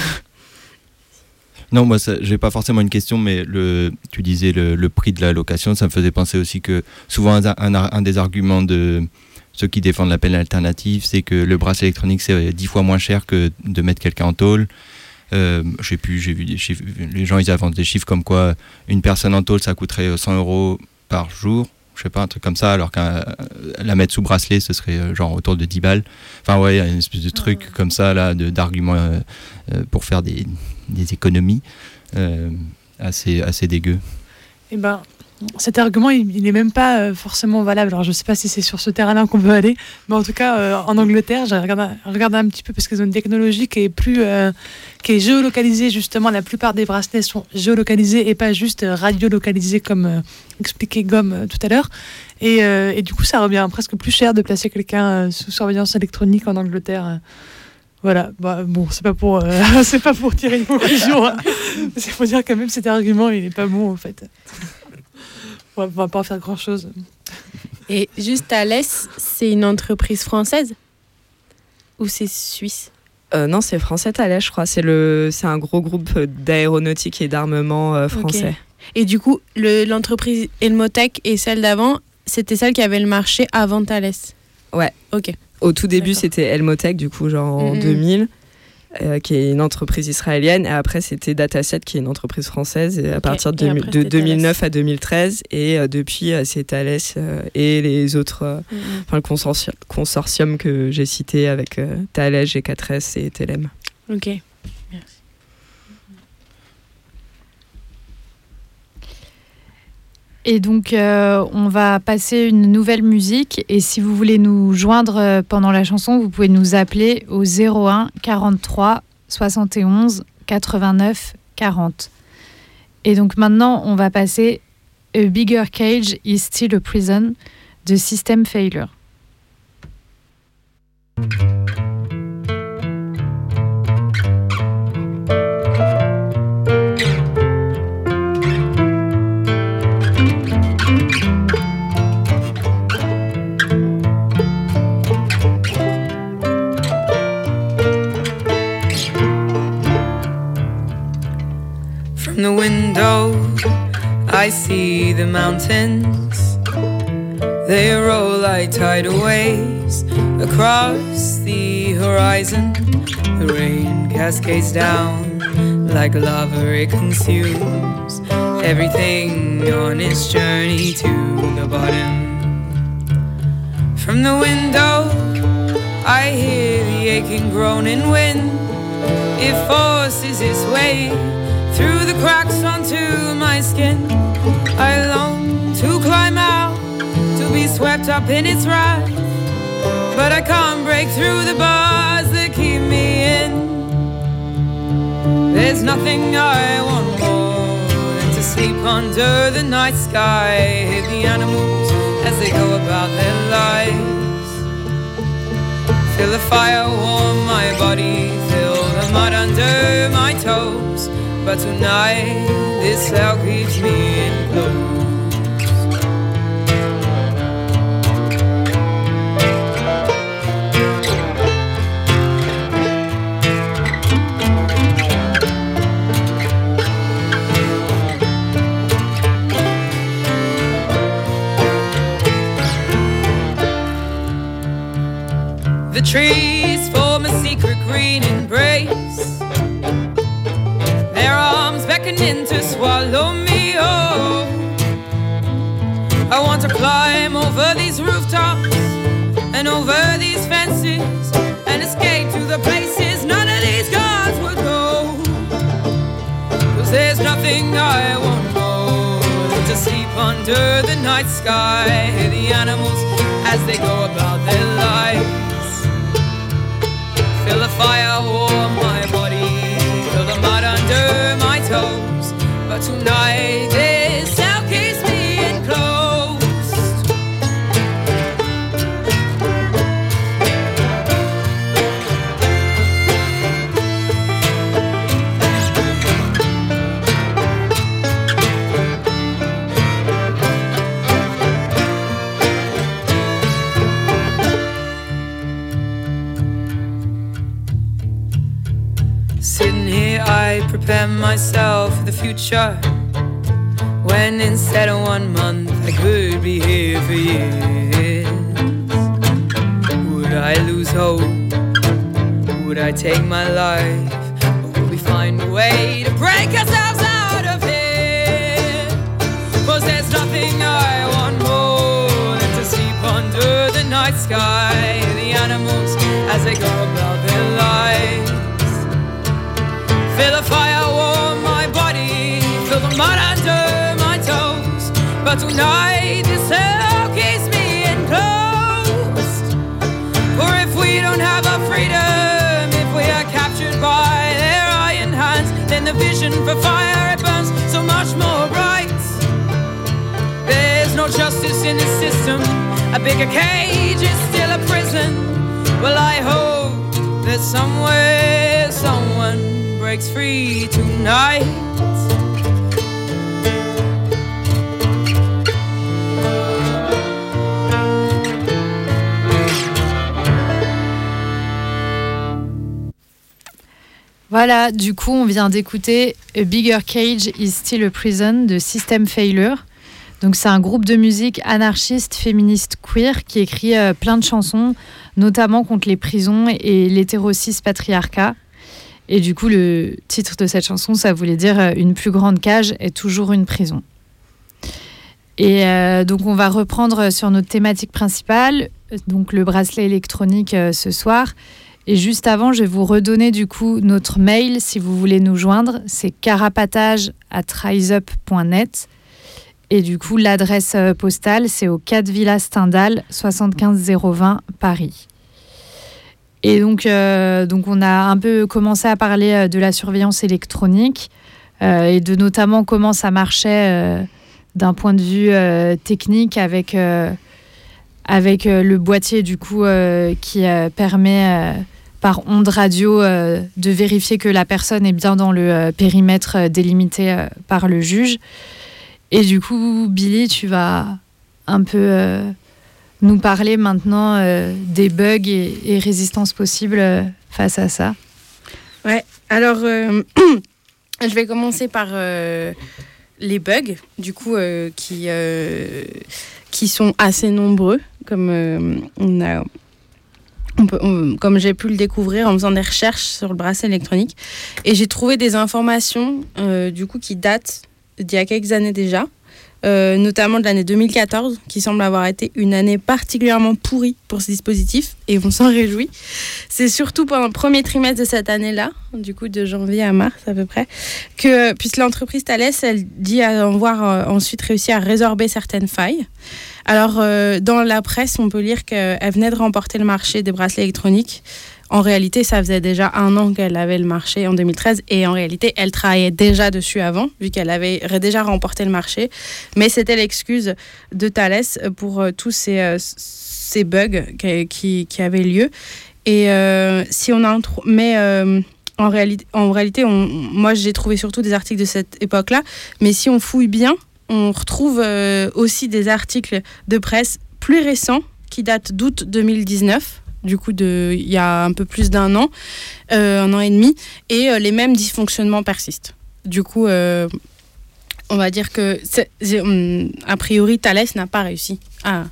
Non, moi, je n'ai pas forcément une question, mais le, tu disais le, le prix de la location, ça me faisait penser aussi que souvent un, un, un des arguments de ceux qui défendent la peine alternative, c'est que le bracelet électronique, c'est dix fois moins cher que de mettre quelqu'un en tôle. Euh, je sais plus, j'ai vu des chiffres, les gens ils avancent des chiffres comme quoi une personne en tôle, ça coûterait cent euros par jour, je sais pas, un truc comme ça, alors qu'un la mettre sous bracelet, ce serait genre autour de dix balles. Enfin ouais, il y a une espèce de truc ah ouais. comme ça, là, de, d'arguments euh, pour faire des, des économies euh, assez, assez dégueu. Eh ben, cet argument, il n'est même pas euh, forcément valable. Alors, je ne sais pas si c'est sur ce terrain-là qu'on veut aller, mais en tout cas, euh, en Angleterre, j'ai regardé, regardé un petit peu parce qu'ils ont une technologie qui est plus, euh, qui est géolocalisée. Justement, la plupart des bracelets sont géolocalisés et pas juste radiolocalisés comme euh, expliqué Gomme euh, tout à l'heure. Et, euh, et du coup, ça revient presque plus cher de placer quelqu'un euh, sous surveillance électronique en Angleterre. Euh. Voilà, bah, bon, c'est pas pour, euh, c'est pas pour tirer une conclusion. Hein. C'est pour dire quand même cet argument, il n'est pas bon en fait. On va pas en faire grand-chose. Et juste Thales, c'est une entreprise française ou c'est suisse? euh, Non, c'est français Thales, je crois. C'est, le, c'est un gros groupe d'aéronautique et d'armement euh, français. Okay. Et du coup, le, l'entreprise Elmotech et celle d'avant, c'était celle qui avait le marché avant Thales? Ouais. Ok. Au tout début, D'accord. c'était Elmotech, du coup, genre en mm-hmm. deux mille. Euh, qui est une entreprise israélienne, et après c'était Dataset qui est une entreprise française, et à okay. partir de, de, de deux mille neuf Thales. À deux mille treize, et euh, depuis euh, c'est Thales euh, et les autres, euh, mm-hmm. enfin le consortium, consortium que j'ai cité avec euh, Thales, G quatre S et Telem. Ok, merci. Et donc, euh, on va passer une nouvelle musique. Et si vous voulez nous joindre pendant la chanson, vous pouvez nous appeler au zéro un quarante-trois soixante et onze quatre-vingt-neuf quarante. Et donc maintenant, on va passer A Bigger Cage is Still a Prison de System Failure. From the window, I see the mountains. They roll like tidal waves across the horizon. The rain cascades down like lava. It consumes everything on its journey to the bottom. From the window, I hear the aching groaning wind. It forces its way through the cracks onto my skin. I long to climb out, to be swept up in its wrath, but I can't break through the bars that keep me in. There's nothing I want more than to sleep under the night sky, hear the animals as they go about their lives, feel the fire warm my body, feel the mud under my toes. But tonight, this cell keeps me enclosed. The trees form a secret green embrace, their arms beckoning to swallow me whole. I want to climb over these rooftops and over these fences and escape to the places none of these gods would go. 'Cause there's nothing I want more than to sleep under the night sky, hear the animals as they go about their lives, feel the fire warm my body, feel the mud under my toes, but tonight this cell keeps me enclosed. Sitting here I prepare myself for the future, when instead of one month I could be here for years. Would I lose hope? Would I take my life? Or would we find a way to break ourselves out of here? 'Cause there's nothing I want more than to sleep under the night sky, the animals as they go about their lives, feel the fire warm my body, feel the mud under my toes, but tonight this hell keeps me enclosed. For if we don't have our freedom, if we are captured by their iron hands, then the vision for fire, it burns so much more bright. There's no justice in this system, a bigger cage is still a prison. Well, I hope that somewhere someone breaks free tonight. Voilà, du coup, on vient d'écouter A Bigger Cage is Still a Prison de System Failure. Donc, c'est un groupe de musique anarchiste, féministe, queer qui écrit euh, plein de chansons, notamment contre les prisons et l'hétérosis patriarcat. Et du coup, le titre de cette chanson, ça voulait dire euh, « Une plus grande cage est toujours une prison ». Et euh, donc, on va reprendre sur notre thématique principale, donc le bracelet électronique euh, ce soir. Et juste avant, je vais vous redonner du coup notre mail si vous voulez nous joindre. C'est carapatage arobase riseup point net. Et du coup, l'adresse postale, c'est au quatre Villa Stendhal, soixante-quinze zéro vingt, Paris. Et donc, euh, donc, on a un peu commencé à parler de la surveillance électronique euh, et de notamment comment ça marchait euh, d'un point de vue euh, technique avec, euh, avec euh, le boîtier du coup euh, qui euh, permet... Euh, par onde radio, euh, de vérifier que la personne est bien dans le euh, périmètre euh, délimité euh, par le juge. Et du coup, Billy, tu vas un peu euh, nous parler maintenant euh, des bugs et, et résistances possibles euh, face à ça. Ouais, alors euh, je vais commencer par euh, les bugs, du coup, euh, qui, euh, qui sont assez nombreux, comme euh, on a... On peut, on, comme j'ai pu le découvrir en faisant des recherches sur le bracelet électronique. Et j'ai trouvé des informations euh, du coup, qui datent d'il y a quelques années déjà, euh, notamment de l'année deux mille quatorze, qui semble avoir été une année particulièrement pourrie pour ce dispositif, et on s'en réjouit. C'est surtout pendant le premier trimestre de cette année-là, du coup de janvier à mars à peu près, que puisque l'entreprise Thales, elle dit avoir euh, ensuite réussi à résorber certaines failles. Alors, euh, dans la presse, on peut lire qu'elle venait de remporter le marché des bracelets électroniques. En réalité, ça faisait déjà un an qu'elle avait le marché en deux mille treize et en réalité, elle travaillait déjà dessus avant, vu qu'elle avait déjà remporté le marché. Mais c'était l'excuse de Thales pour euh, tous ces, euh, ces bugs qui, qui, qui avaient lieu. Et euh, si on a un trou... Mais... Euh, En réalité, en réalité on, moi j'ai trouvé surtout des articles de cette époque-là, mais si on fouille bien, on retrouve euh, aussi des articles de presse plus récents qui datent d'août deux mille dix-neuf, du coup de, il y a un peu plus d'un an, euh, un an et demi, et euh, les mêmes dysfonctionnements persistent. Du coup, euh, on va dire que, c'est, c'est, a priori, Thales n'a pas réussi à,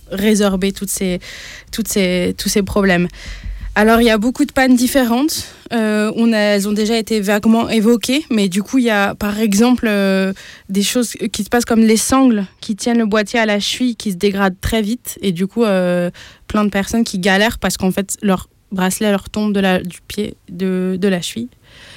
résorber toutes ces, toutes ces, tous ces problèmes. Alors, il y a beaucoup de pannes différentes. Euh, on a, elles ont déjà été vaguement évoquées, mais du coup, il y a par exemple euh, des choses qui se passent comme les sangles qui tiennent le boîtier à la cheville qui se dégradent très vite. Et du coup, euh, plein de personnes qui galèrent parce qu'en fait, leur bracelet leur tombe de la, du pied, de, de la cheville.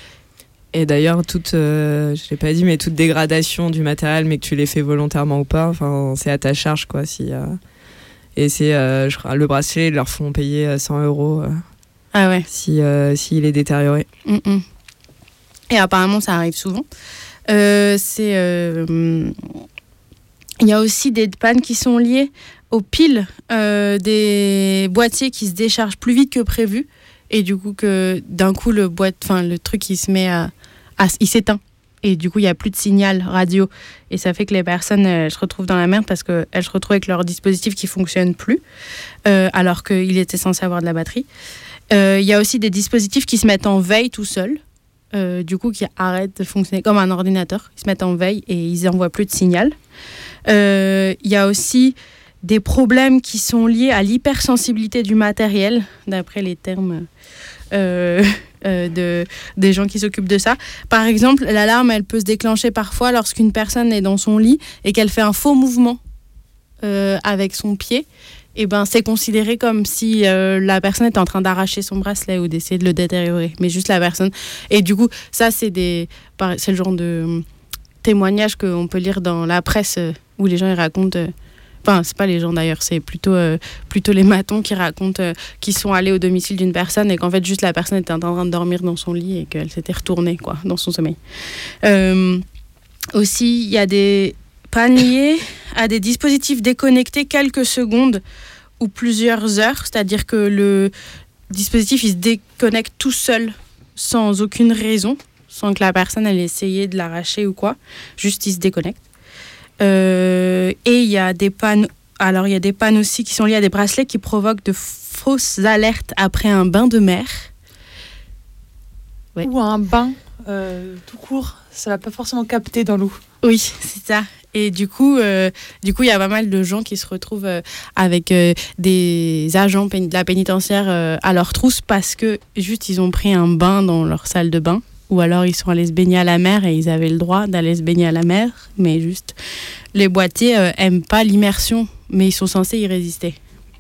Et d'ailleurs, toute, euh, je l'ai pas dit, mais toute dégradation du matériel, mais que tu l'aies fait volontairement ou pas, enfin, c'est à ta charge, quoi. Si, euh, et c'est, euh, je crois, le bracelet, ils leur font payer cent euros. Euh, ah ouais. Si, euh, s'il est détérioré. Mm-mm. Et apparemment, ça arrive souvent. Euh, c'est, euh, il y a aussi des pannes qui sont liées aux piles euh, des boîtiers qui se déchargent plus vite que prévu. Et du coup, que d'un coup, le, boîte, enfin, le truc, il se met à, à, il s'éteint. Et du coup, il n'y a plus de signal radio. Et ça fait que les personnes elles, se retrouvent dans la merde parce qu'elles se retrouvent avec leur dispositif qui ne fonctionne plus, euh, alors qu'il était censé avoir de la batterie. Il euh, y a aussi des dispositifs qui se mettent en veille tout seuls, euh, du coup, qui arrêtent de fonctionner comme un ordinateur. Ils se mettent en veille et ils n'envoient plus de signal. Il euh, y a aussi des problèmes qui sont liés à l'hypersensibilité du matériel, d'après les termes euh, euh, de, des gens qui s'occupent de ça. Par exemple, l'alarme, elle peut se déclencher parfois lorsqu'une personne est dans son lit et qu'elle fait un faux mouvement euh, avec son pied. Et ben, c'est considéré comme si euh, la personne était en train d'arracher son bracelet ou d'essayer de le détériorer. Mais juste la personne. Et du coup, ça, c'est, des, c'est le genre de témoignages qu'on peut lire dans la presse euh, où les gens ils racontent... Euh, Enfin, c'est pas les gens d'ailleurs, c'est plutôt, euh, plutôt les matons qui racontent euh, qu'ils sont allés au domicile d'une personne et qu'en fait, juste la personne était en train de dormir dans son lit et qu'elle s'était retournée, quoi, dans son sommeil. Euh, aussi, il y a des pannes liées à des dispositifs déconnectés quelques secondes ou plusieurs heures, c'est-à-dire que le dispositif, il se déconnecte tout seul, sans aucune raison, sans que la personne, elle ait essayé de l'arracher ou quoi, juste il se déconnecte. Euh, et il y a des pannes, alors il y a des pannes aussi qui sont liées à des bracelets qui provoquent de fausses alertes après un bain de mer. Ouais. Ou un bain euh, tout court, ça va pas forcément capter dans l'eau. Oui, c'est ça. Et du coup, euh, du coup, il y a pas mal de gens qui se retrouvent euh, avec euh, des agents pén- de la pénitentiaire euh, à leur trousse parce que juste ils ont pris un bain dans leur salle de bain. Ou alors ils sont allés se baigner à la mer et ils avaient le droit d'aller se baigner à la mer, mais juste les boîtiers euh, aiment pas l'immersion, mais ils sont censés y résister.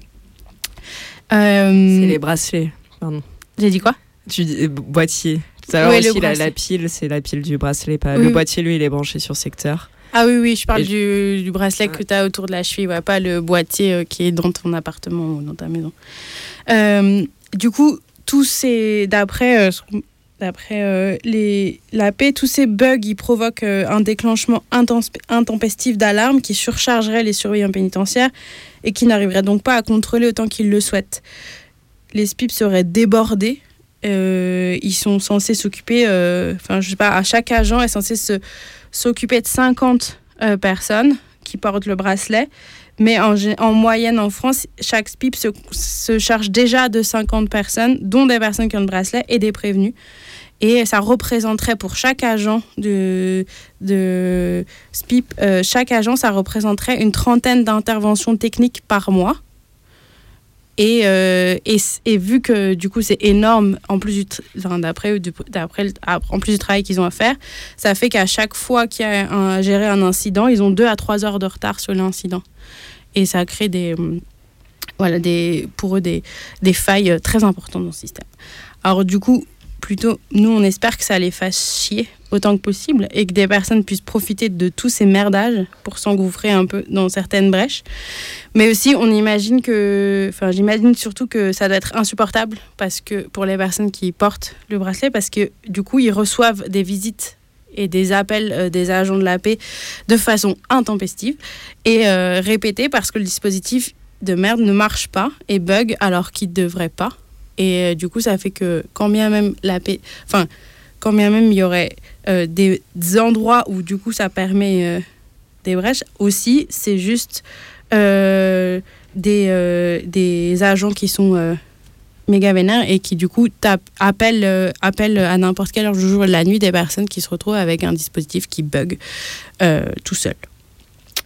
Euh... C'est les bracelets, pardon. J'ai dit quoi ? Tu dis boîtier. Tout à l'heure oui, aussi, la, la pile, c'est la pile du bracelet. Pas... Oui, le oui. boîtier, lui, il est branché sur secteur. Ah oui, oui, je parle et du, je... du bracelet ouais. que tu as autour de la cheville, ouais, pas le boîtier euh, qui est dans ton appartement ou dans ta maison. Euh, du coup, tous ces, d'après... Euh, D'après euh, les, l'A P, tous ces bugs ils provoquent euh, un déclenchement intens- intempestif d'alarme qui surchargerait les surveillants pénitentiaires et qui n'arriveraient donc pas à contrôler autant qu'ils le souhaitent. Les S P I P seraient débordés. Euh, ils sont censés s'occuper, enfin euh, je sais pas, à chaque agent est censé se, s'occuper de cinquante euh, personnes qui portent le bracelet. Mais en, en moyenne, en France, chaque S P I P se, se charge déjà de cinquante personnes, dont des personnes qui ont le bracelet et des prévenus. Et ça représenterait pour chaque agent de, de S P I P, euh, chaque agent, ça représenterait une trentaine d'interventions techniques par mois. Et, euh, et, et vu que du coup c'est énorme, en plus du, enfin, d'après, d'après, en plus du travail qu'ils ont à faire, ça fait qu'à chaque fois qu'il y a un, à gérer un incident, ils ont deux à trois heures de retard sur l'incident. Et ça crée des, voilà, des, pour eux des, des failles très importantes dans le système. Alors du coup, plutôt, nous on espère que ça les fasse chier autant que possible et que des personnes puissent profiter de tous ces merdages pour s'engouffrer un peu dans certaines brèches. Mais aussi, on imagine que, enfin, j'imagine surtout que ça doit être insupportable parce que pour les personnes qui portent le bracelet, parce que du coup, ils reçoivent des visites et des appels euh, des agents de l'A P de façon intempestive et euh, répétée parce que le dispositif de merde ne marche pas et bug alors qu'il ne devrait pas. Et euh, du coup, ça fait que quand bien même l'A P, enfin, quand bien même il y aurait euh, des, des endroits où du coup ça permet euh, des brèches, aussi c'est juste euh, des, euh, des agents qui sont euh, méga vénères et qui du coup tape, appellent, euh, appellent à n'importe quelle heure du jour et de la nuit des personnes qui se retrouvent avec un dispositif qui bug euh, tout seul.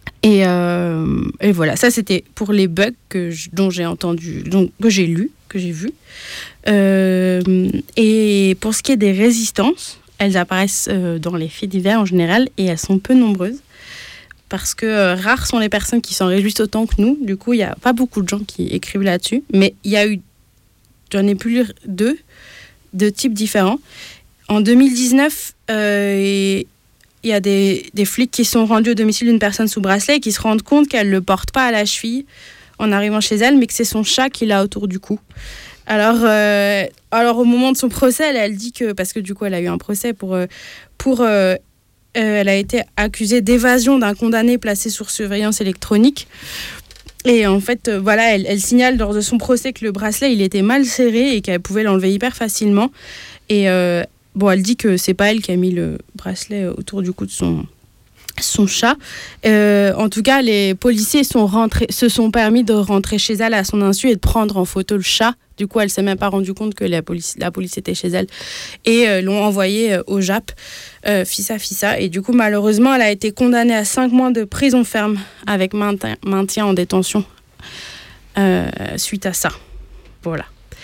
Et, euh, et voilà, ça c'était pour les bugs que je, dont j'ai entendu, donc, que j'ai lu, que j'ai vu. Euh, et pour ce qui est des résistances, elles apparaissent euh, dans les faits divers en général et elles sont peu nombreuses. Parce que euh, rares sont les personnes qui s'en réjouissent autant que nous. Du coup, il n'y a pas beaucoup de gens qui écrivent là-dessus. Mais il y a eu, j'en ai pu lire deux, deux types différents. En deux mille dix-neuf, euh, et il y a des, des flics qui sont rendus au domicile d'une personne sous bracelet et qui se rendent compte qu'elle ne le porte pas à la cheville en arrivant chez elle, mais que c'est son chat qui l'a autour du cou. Alors, euh, alors au moment de son procès, elle, elle dit que, parce que du coup elle a eu un procès pour... pour euh, euh, elle a été accusée d'évasion d'un condamné placé sous surveillance électronique. Et en fait, euh, voilà, elle, elle signale lors de son procès que le bracelet, il était mal serré et qu'elle pouvait l'enlever hyper facilement. Et... Euh, Bon, elle dit que c'est pas elle qui a mis le bracelet autour du cou de son, son chat. Euh, en tout cas, les policiers sont rentrés, se sont permis de rentrer chez elle à son insu et de prendre en photo le chat. Du coup, elle s'est même pas rendue compte que la police, la police était chez elle. Et euh, l'ont envoyée euh, au J A P, euh, fissa fissa. Et du coup, malheureusement, elle a été condamnée à cinq mois de prison ferme avec maintien, maintien en détention euh, suite à ça. Voilà.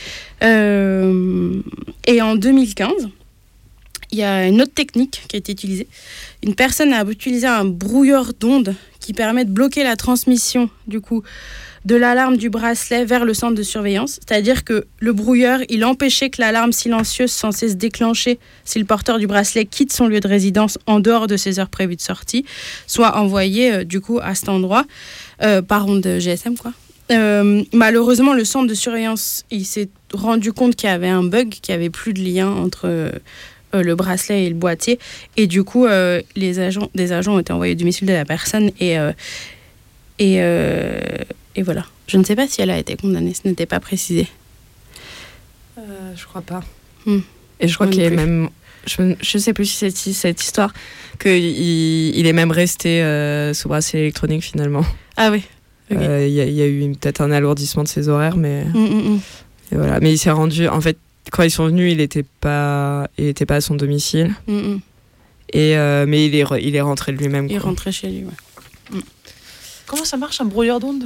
Euh, et en deux mille quinze... il y a une autre technique qui a été utilisée. Une personne a utilisé un brouilleur d'ondes qui permet de bloquer la transmission du coup, de l'alarme du bracelet vers le centre de surveillance. C'est-à-dire que le brouilleur, il empêchait que l'alarme silencieuse censée se déclencher si le porteur du bracelet quitte son lieu de résidence en dehors de ses heures prévues de sortie, soit envoyée euh, du coup, à cet endroit euh, par onde G S M, quoi. Euh, malheureusement, le centre de surveillance, il s'est rendu compte qu'il y avait un bug, qu'il n'y avait plus de lien entre... Euh, Euh, le bracelet et le boîtier, et du coup euh, les agents, des agents ont été envoyés au domicile de la personne et, euh, et, euh, et voilà. Je ne sais pas si elle a été condamnée, ce n'était pas précisé. Euh, je crois pas. Hmm. Et je crois Moi qu'il non est plus. même, je ne sais plus si c'est cette histoire, qu'il il est même resté euh, sous bracelet électronique finalement. Ah oui. Il Okay. euh, y, y a eu peut-être un alourdissement de ses horaires, mais Mm, mm, mm. et voilà. Mais il s'est rendu, en fait, quand ils sont venus, il n'était pas, il était pas à son domicile. Mm, mm. Et euh, mais il est, re- il est rentré de lui-même. Il est quoi. rentré chez lui, ouais. Mm. Comment ça marche un brouilleur d'ondes?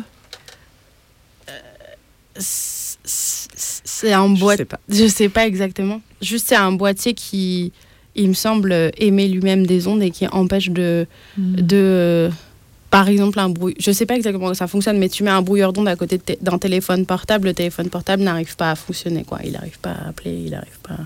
C'est un boîtier. sais pas. Je sais pas exactement. Juste, c'est un boîtier qui, il me semble, émet lui-même des ondes et qui empêche de, Mm. de euh, par exemple, un brouilleur. Je sais pas exactement comment ça fonctionne, mais tu mets un brouilleur d'ondes à côté de t- d'un téléphone portable, le téléphone portable n'arrive pas à fonctionner, quoi. Il n'arrive pas à appeler, il n'arrive pas. À...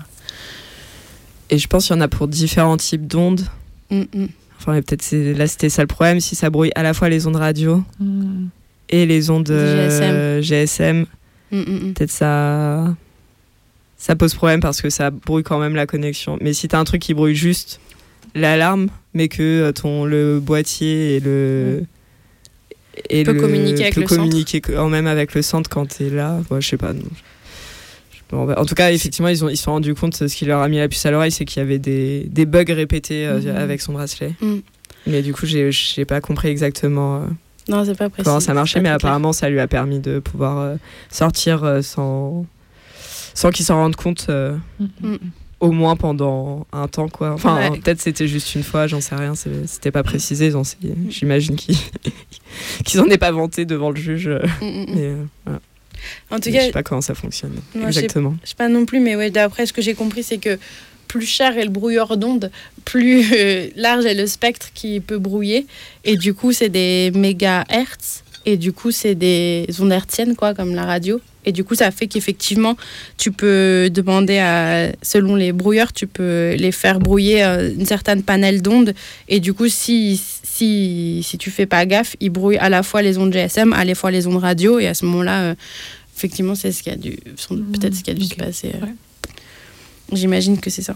Et je pense qu'il y en a pour différents types d'ondes. Mm, mm. Enfin, et peut-être c'est, là c'était ça le problème, si ça brouille à la fois les ondes radio Mm. et les ondes euh, G S M. Mm, mm, mm. Peut-être ça, ça pose problème parce que ça brouille quand même la connexion. Mais si t'as un truc qui brouille juste l'alarme, mais que ton le boîtier et le et Peut le communiquer avec peut le communiquer quand même avec le centre quand t'es là. Moi, je sais pas. Non. Bon, bah, en tout cas, effectivement, ils ont ils se sont rendus compte, ce qui leur a mis la puce à l'oreille, c'est qu'il y avait des, des bugs répétés euh, Mhm. avec son bracelet. Mm. Mais du coup, j'ai j'ai pas compris exactement euh, Non, c'est pas précis. comment ça marchait, C'est pas mais très clair. apparemment, ça lui a permis de pouvoir euh, sortir euh, sans sans qu'il s'en rende compte. euh, Mm. Au moins pendant un temps, quoi. Enfin, Ouais. peut-être c'était juste une fois, j'en sais rien. c'est- C'était pas précisé. Ils ont- c'est- J'imagine qu'ils qu'ils en aient pas vanté devant le juge. euh, Mm, mm, mm. Mais euh, voilà. En tout Je cas, sais pas comment ça fonctionne Moi, je sais- exactement. je sais pas non plus, mais ouais, d'après ce que j'ai compris, c'est que plus cher est le brouilleur d'ondes, plus euh, large est le spectre qui peut brouiller. Et du coup, c'est des mégahertz. Et du coup, c'est des ondes hertziennes, quoi, comme la radio. Et du coup, ça fait qu'effectivement, tu peux demander à, selon les brouilleurs, tu peux les faire brouiller euh, une certaine panel d'ondes. Et du coup, si, si, si tu fais pas gaffe, ils brouillent à la fois les ondes G S M, à la fois les ondes radio. Et à ce moment-là, euh, effectivement, c'est ce qui a dû, sans doute, peut-être ce qui a dû ok. se passer. euh. Ouais. J'imagine que c'est ça.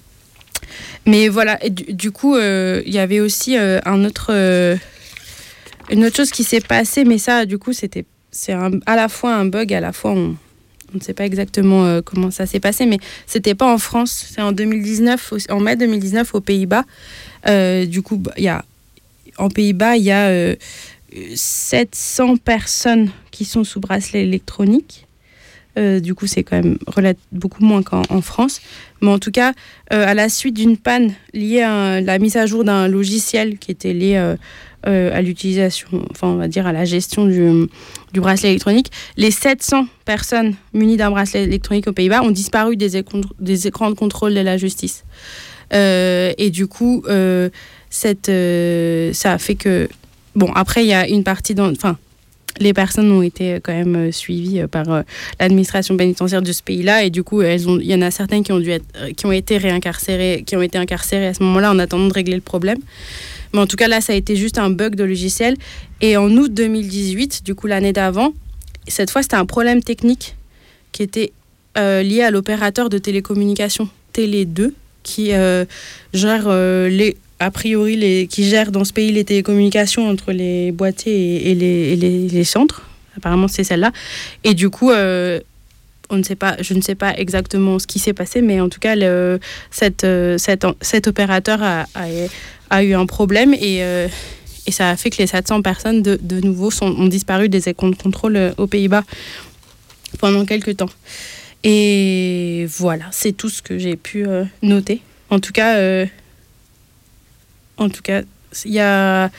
Mais voilà, et du, du coup, euh, il y avait aussi euh, un autre, euh, une autre chose qui s'est passée, mais ça, du coup, c'était, c'est un- à la fois un bug, à la fois on on ne sait pas exactement euh, comment ça s'est passé, mais c'était pas en France, c'est en deux mille dix-neuf, au- en mai deux mille dix-neuf aux Pays-Bas. Euh, du coup, bah, il y a, en Pays-Bas, il y a euh, sept cents personnes qui sont sous bracelet électronique. Euh, du coup, c'est quand même relat- beaucoup moins qu'en en France. Mais en tout cas, euh, à la suite d'une panne liée à la mise à jour d'un logiciel qui était lié euh, euh, à l'utilisation, enfin, on va dire à la gestion du, du bracelet électronique, les sept cents personnes munies d'un bracelet électronique aux Pays-Bas ont disparu des, écrans, des écrans de contrôle de la justice. Euh, et du coup, euh, cette, euh, ça a fait que... Bon, après, il y a une partie dans... Enfin, les personnes ont été quand même suivies par euh, l'administration pénitentiaire de ce pays-là, et du coup, elles ont, il y en a certaines qui ont, dû être, qui ont été réincarcérées, qui ont été incarcérées à ce moment-là en attendant de régler le problème. Mais en tout cas, là, ça a été juste un bug de logiciel. Et en août deux mille dix-huit, du coup, l'année d'avant, cette fois, c'était un problème technique qui était euh, lié à l'opérateur de télécommunications Télé deux, qui euh, gère euh, les... a priori, les, qui gère dans ce pays les télécommunications entre les boîtiers et, et, les, et les, les centres. Apparemment, c'est celle-là. Et du coup, euh, on ne sait pas, je ne sais pas exactement ce qui s'est passé, mais en tout cas, le, cette, cet, cet opérateur a, a, a eu un problème et, euh, et ça a fait que les sept cents personnes, de, de nouveau, sont, ont disparu des écrans de contrôle aux Pays-Bas pendant quelques temps. Et voilà, c'est tout ce que j'ai pu euh, noter. En tout cas... Euh, En tout cas, il y a...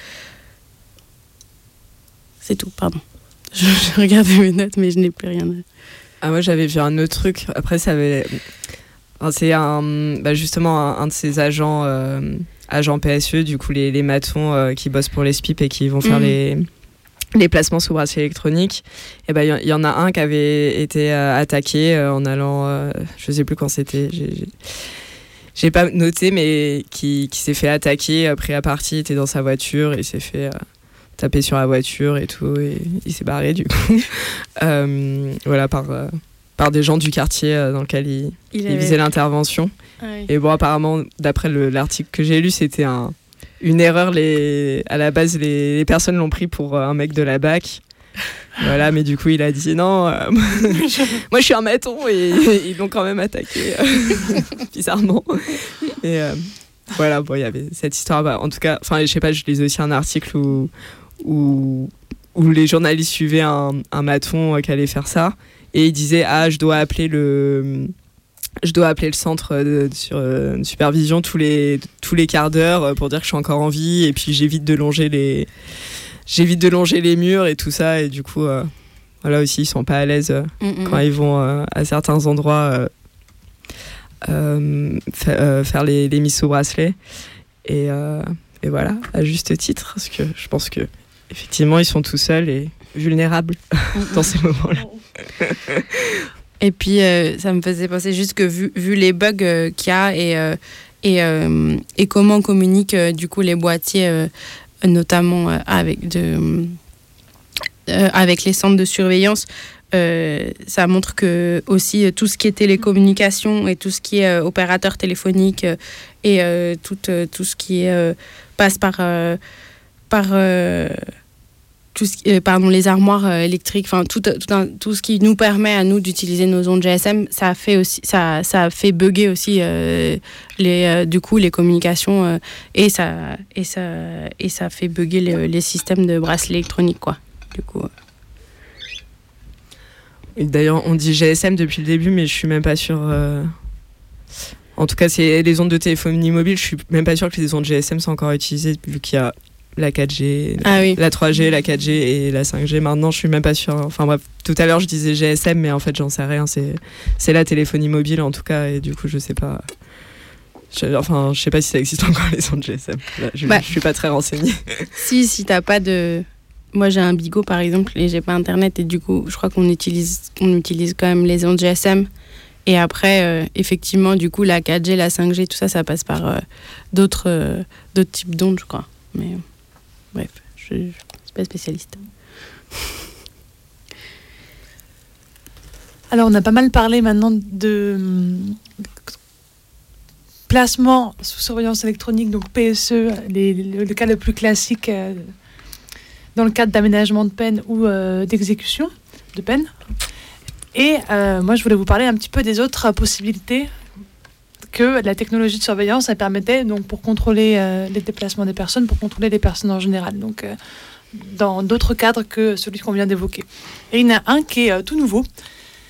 C'est tout, pardon. Je, je regardais mes notes, mais je n'ai plus rien. Ah, moi, j'avais vu un autre truc. Après, ça avait... Enfin, c'est un, bah justement un, un de ces agents, euh, agents P S E, du coup, les, les matons euh, qui bossent pour les S P I P et qui vont faire mmh. les, les placements sous bracelet électronique. Et ben, il y, y en a un qui avait été euh, attaqué euh, en allant... Euh, je ne sais plus quand c'était... J'ai, j'ai... J'ai pas noté, mais qui, qui s'est fait attaquer après la partie, il était dans sa voiture, il s'est fait euh, taper sur la voiture et tout, et il s'est barré du coup. euh, voilà, par, euh, par des gens du quartier euh, dans lequel il, il, il faisait l'intervention. Ah oui. Et bon, apparemment, d'après le, l'article que j'ai lu, c'était un, une erreur. Les, à la base, les, les personnes l'ont pris pour un mec de la B A C. Voilà, mais du coup il a dit non, euh, moi je suis un maton, et, et ils l'ont quand même attaqué euh, bizarrement. Et euh, voilà, bon, il y avait cette histoire. Bah, en tout cas, enfin, je sais pas, je lisais aussi un article où, où, où les journalistes suivaient un, un maton euh, qui allait faire ça, et il disait ah, je dois appeler le. Je dois appeler le centre de, de, sur, euh, de supervision tous les, tous les quarts d'heure pour dire que je suis encore en vie, et puis j'évite de longer les. J'évite de longer les murs et tout ça, et du coup, euh, voilà aussi, ils sont pas à l'aise euh, mmh, quand mmh. ils vont euh, à certains endroits euh, euh, fa- euh, faire les, les mises sous bracelet. Et, euh, et voilà, à juste titre, parce que je pense que effectivement, ils sont tout seuls et vulnérables mmh. dans ces moments-là. Et puis, euh, ça me faisait penser juste que vu, vu les bugs euh, qu'il y a et, euh, et, euh, et comment communiquent euh, du coup les boîtiers. Euh, notamment euh, avec, de, euh, avec les centres de surveillance, euh, ça montre que aussi euh, tout ce qui est télécommunication et tout ce qui est euh, opérateur téléphonique euh, et euh, tout, euh, tout ce qui est, euh, passe par, euh, par euh, tout ce qui, euh, pardon, les armoires euh, électriques, enfin tout, tout, un, tout ce qui nous permet à nous d'utiliser nos ondes G S M, ça a fait aussi, ça, ça a fait bugger aussi euh, les, euh, du coup les communications euh, et ça et ça et ça fait bugger les, les systèmes de bracelets électroniques quoi. Du coup. Et d'ailleurs, on dit G S M depuis le début, mais je suis même pas sûre. Euh... En tout cas, c'est les ondes de téléphonie mobile. Je suis même pas sûre que les ondes G S M sont encore utilisées vu qu'il y a la quatre G, ah oui. la trois G, la quatre G et la cinq G. Maintenant, je suis même pas sûre. Enfin bref, tout à l'heure, je disais G S M, mais en fait, j'en sais rien. C'est, c'est la téléphonie mobile, en tout cas, et du coup, je sais pas... Je, enfin, je sais pas si ça existe encore, les ondes G S M. Là, je, bah, je suis pas très renseignée. Si, si t'as pas de... Moi, j'ai un Bigo, par exemple, et j'ai pas Internet, et du coup, je crois qu'on utilise, on utilise quand même les ondes G S M. Et après, euh, effectivement, du coup, la quatre G, la cinq G, tout ça, ça passe par euh, d'autres, euh, d'autres types d'ondes, je crois. Mais... Bref, je ne suis pas spécialiste. Alors, on a pas mal parlé maintenant de placement sous surveillance électronique, donc P S E, les, le, le cas le plus classique euh, dans le cadre d'aménagement de peine ou euh, d'exécution de peine. Et euh, moi, je voulais vous parler un petit peu des autres possibilités que la technologie de surveillance elle permettait donc pour contrôler euh, les déplacements des personnes, pour contrôler les personnes en général, donc euh, dans d'autres cadres que celui qu'on vient d'évoquer. Et il y en a un qui est euh, tout nouveau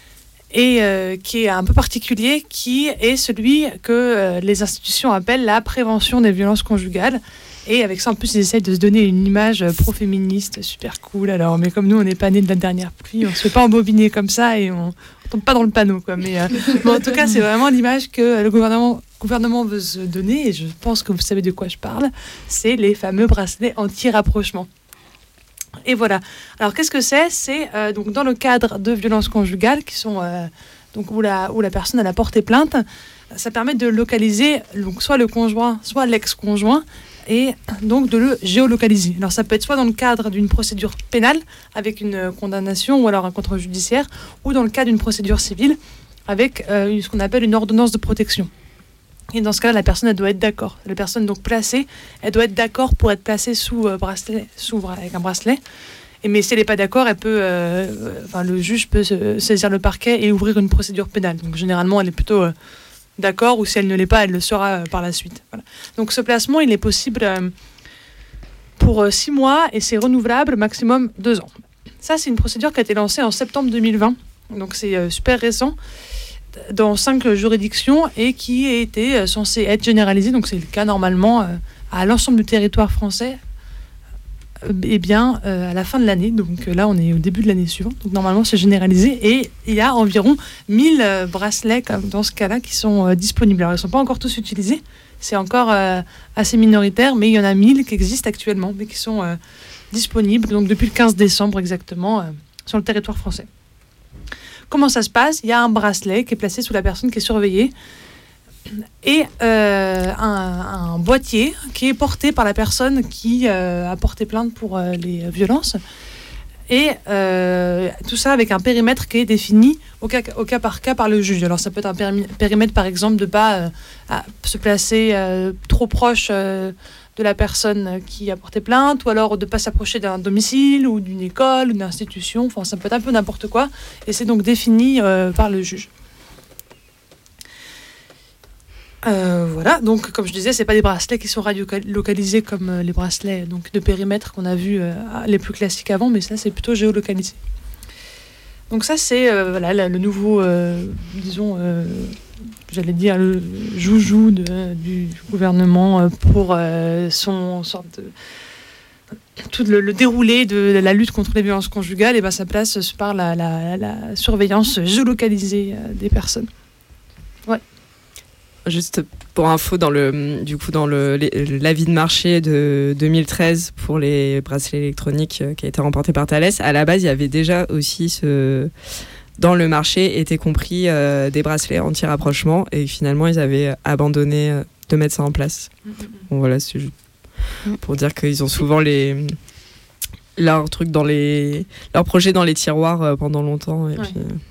et euh, qui est un peu particulier, qui est celui que euh, les institutions appellent la prévention des violences conjugales. Et avec ça, en plus, ils essayent de se donner une image pro-féministe super cool. Alors, mais comme nous, on n'est pas nés de la dernière pluie, on se fait pas embobiner comme ça et on, on tombe pas dans le panneau, quoi. Mais, euh, mais en tout cas, c'est vraiment l'image que le gouvernement, gouvernement veut se donner, et je pense que vous savez de quoi je parle. C'est les fameux bracelets anti-rapprochement. Et voilà. Alors, qu'est-ce que c'est ? C'est euh, donc dans le cadre de violences conjugales qui sont euh, donc où la où la personne elle a porté plainte, ça permet de localiser donc soit le conjoint, soit l'ex-conjoint, et donc de le géolocaliser. Alors, ça peut être soit dans le cadre d'une procédure pénale avec une condamnation ou alors un contrôle judiciaire, ou dans le cadre d'une procédure civile avec euh, ce qu'on appelle une ordonnance de protection. Et dans ce cas-là, la personne, elle doit être d'accord. La personne donc placée, elle doit être d'accord pour être placée sous euh, bracelet, sous, avec un bracelet. Et mais si elle n'est pas d'accord, elle peut, euh, enfin, le juge peut se, saisir le parquet et ouvrir une procédure pénale. Donc généralement, elle est plutôt euh, d'accord, ou si elle ne l'est pas, elle le sera euh, par la suite. Voilà. Donc ce placement, il est possible euh, pour euh, six mois et c'est renouvelable maximum deux ans. Ça, c'est une procédure qui a été lancée en septembre deux mille vingt. Donc c'est euh, super récent, dans cinq juridictions, et qui a été censé être généralisé, donc c'est le cas normalement euh, à l'ensemble du territoire français, euh, et bien euh, à la fin de l'année. Donc euh, là on est au début de l'année suivante, donc normalement c'est généralisé, et il y a environ mille euh, bracelets comme dans ce cas-là qui sont euh, disponibles. Alors ils ne sont pas encore tous utilisés, c'est encore euh, assez minoritaire, mais il y en a mille qui existent actuellement, mais qui sont euh, disponibles donc depuis le quinze décembre exactement euh, sur le territoire français. Comment ça se passe ? Il y a un bracelet qui est placé sous la personne qui est surveillée, et euh, un, un boîtier qui est porté par la personne qui euh, a porté plainte pour euh, les violences. Et euh, tout ça avec un périmètre qui est défini au cas, au cas par cas par le juge. Alors ça peut être un périm- périmètre par exemple de ne pas euh, se placer euh, trop proche euh, de la personne qui a porté plainte, ou alors de ne pas s'approcher d'un domicile ou d'une école ou d'une institution. Enfin, ça peut être un peu n'importe quoi, et c'est donc défini euh, par le juge. Euh, voilà, donc comme je disais, c'est pas des bracelets qui sont radio-localisés comme euh, les bracelets donc, de périmètre qu'on a vus euh, les plus classiques avant, mais ça c'est plutôt géolocalisé. Donc ça c'est euh, voilà, le nouveau, euh, disons, euh, j'allais dire le joujou de, du gouvernement pour euh, son sorte de tout le, le déroulé de la lutte contre les violences conjugales, et ben ça place par la, la, la surveillance géolocalisée euh, des personnes. Ouais. Juste pour info, dans le, du coup, dans le, l'avis de marché de deux mille treize pour les bracelets électroniques qui a été remporté par Thales, à la base, il y avait déjà aussi ce... Dans le marché étaient compris euh, des bracelets anti-rapprochement, et finalement, ils avaient abandonné euh, de mettre ça en place. Mm-hmm. Bon, voilà, c'est juste pour dire qu'ils ont souvent les... leurs trucs dans les... leurs projets dans les tiroirs euh, pendant longtemps. Et ouais. Puis, euh...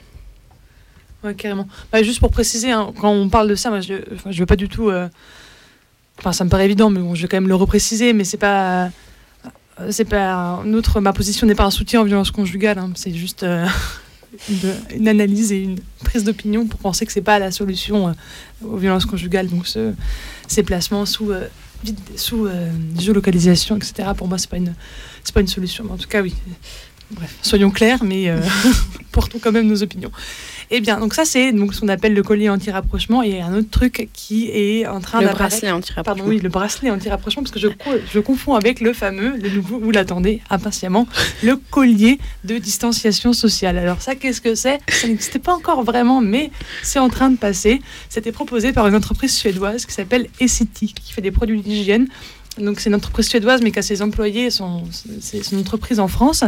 Ouais, carrément. Bah, juste pour préciser, hein, quand on parle de ça, moi, je ne enfin, veux pas du tout... Euh... Enfin, ça me paraît évident, mais bon, je vais quand même le repréciser, mais c'est pas... Euh, c'est pas... Outre, ma position n'est pas un soutien aux violences conjugales, hein, c'est juste euh, une, une analyse et une prise d'opinion pour penser que c'est pas la solution euh, aux violences conjugales. Donc, ce, ces placements sous, euh, sous euh, géolocalisation, et cetera, pour moi, c'est pas une, c'est pas une solution. Mais en tout cas, oui. Bref, soyons clairs, mais euh, portons quand même nos opinions. Eh bien, donc ça, c'est donc, ce qu'on appelle le collier anti-rapprochement. Et un autre truc qui est en train d'apparaître... Le bracelet anti-rapprochement. Pardon, oui, le bracelet anti-rapprochement, parce que je, je confonds avec le fameux, le nouveau, vous l'attendez impatiemment, le collier de distanciation sociale. Alors ça, qu'est-ce que c'est ? Ça n'existait pas encore vraiment, mais c'est en train de passer. C'était proposé par une entreprise suédoise qui s'appelle Essity, qui fait des produits d'hygiène. Donc c'est une entreprise suédoise, mais qui a ses employés, son, c'est son entreprise en France.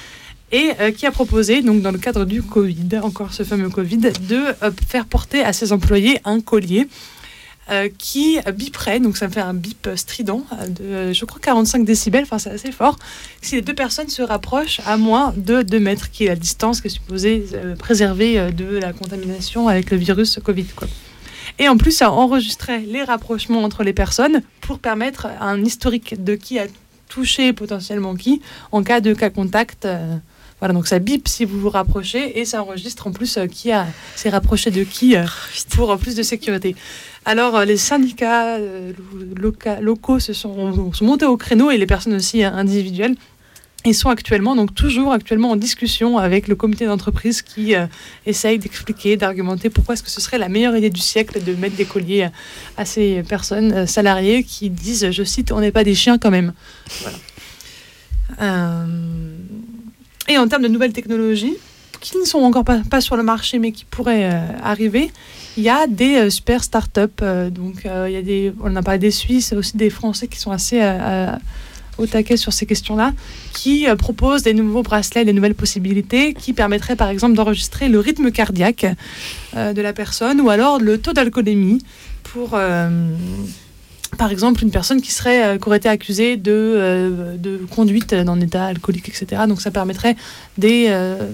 Et euh, qui a proposé, donc dans le cadre du Covid, encore ce fameux Covid, de euh, faire porter à ses employés un collier euh, qui biperait, donc ça me fait un bip strident de, je crois, quarante-cinq décibels, enfin c'est assez fort, si les deux personnes se rapprochent à moins de deux mètres, qui est la distance qui est supposée euh, préserver euh, de la contamination avec le virus Covid, quoi. Et en plus, ça enregistrait les rapprochements entre les personnes pour permettre un historique de qui a touché potentiellement qui en cas de cas contact. Euh, Voilà, donc ça bip si vous vous rapprochez, et ça enregistre en plus euh, qui a s'est rapproché de qui euh, pour euh, plus de sécurité. Alors euh, les syndicats euh, loca- locaux se sont, sont montés au créneau, et les personnes aussi euh, individuelles, Ils sont actuellement, donc toujours actuellement en discussion avec le comité d'entreprise qui euh, essaye d'expliquer, d'argumenter pourquoi est-ce que ce serait la meilleure idée du siècle de mettre des colliers à ces personnes euh, salariées qui disent, je cite, on n'est pas des chiens quand même. Voilà. Euh... Et en termes de nouvelles technologies, qui ne sont encore pas, pas sur le marché mais qui pourraient euh, arriver, il y a des euh, super startups. Euh, donc, euh, il y a des, on a parlé des Suisses, aussi des Français qui sont assez euh, au taquet sur ces questions-là, qui euh, proposent des nouveaux bracelets, des nouvelles possibilités, qui permettraient par exemple d'enregistrer le rythme cardiaque euh, de la personne ou alors le taux d'alcoolémie pour, euh, par exemple, une personne qui, serait, euh, qui aurait été accusée de, euh, de conduite dans un état alcoolique, et cetera. Donc ça permettrait des, euh,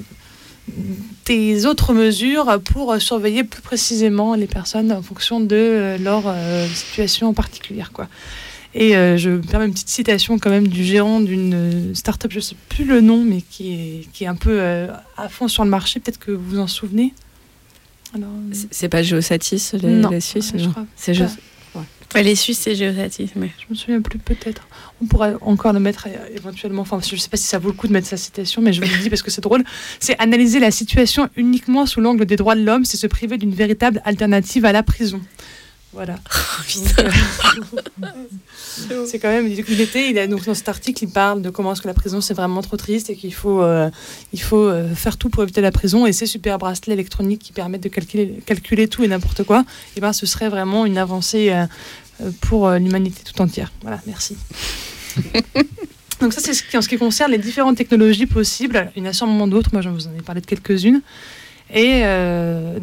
des autres mesures pour surveiller plus précisément les personnes en fonction de euh, leur euh, situation particulière, quoi. Et euh, je me permets une petite citation quand même du gérant d'une start-up, je ne sais plus le nom, mais qui est, qui est un peu euh, à fond sur le marché. Peut-être que vous vous en souvenez. Alors, c'est, c'est pas Geosatis, les, non, les Suisses, je non. crois. C'est Geos... ouais. Ouais, les Suisses, c'est Geosatis. Mais... Je me souviens plus, peut-être. On pourrait encore le mettre euh, éventuellement. Enfin, je ne sais pas si ça vaut le coup de mettre sa citation, mais je vous le dis parce que c'est drôle. C'est analyser la situation uniquement sous l'angle des droits de l'homme, c'est se priver d'une véritable alternative à la prison. Voilà. Donc, euh, c'est quand même. Il était. Il a donc dans cet article, il parle de comment est-ce que la prison c'est vraiment trop triste et qu'il faut, euh, il faut euh, faire tout pour éviter la prison. Et ces super bracelets électroniques qui permettent de calculer, calculer tout et n'importe quoi, et ben ce serait vraiment une avancée euh, pour euh, l'humanité tout entière. Voilà. Merci. Donc ça c'est ce qui, en ce qui concerne les différentes technologies possibles. Il y en a sûrement d'autres. Moi, je vous en ai parlé de quelques-unes. Et euh,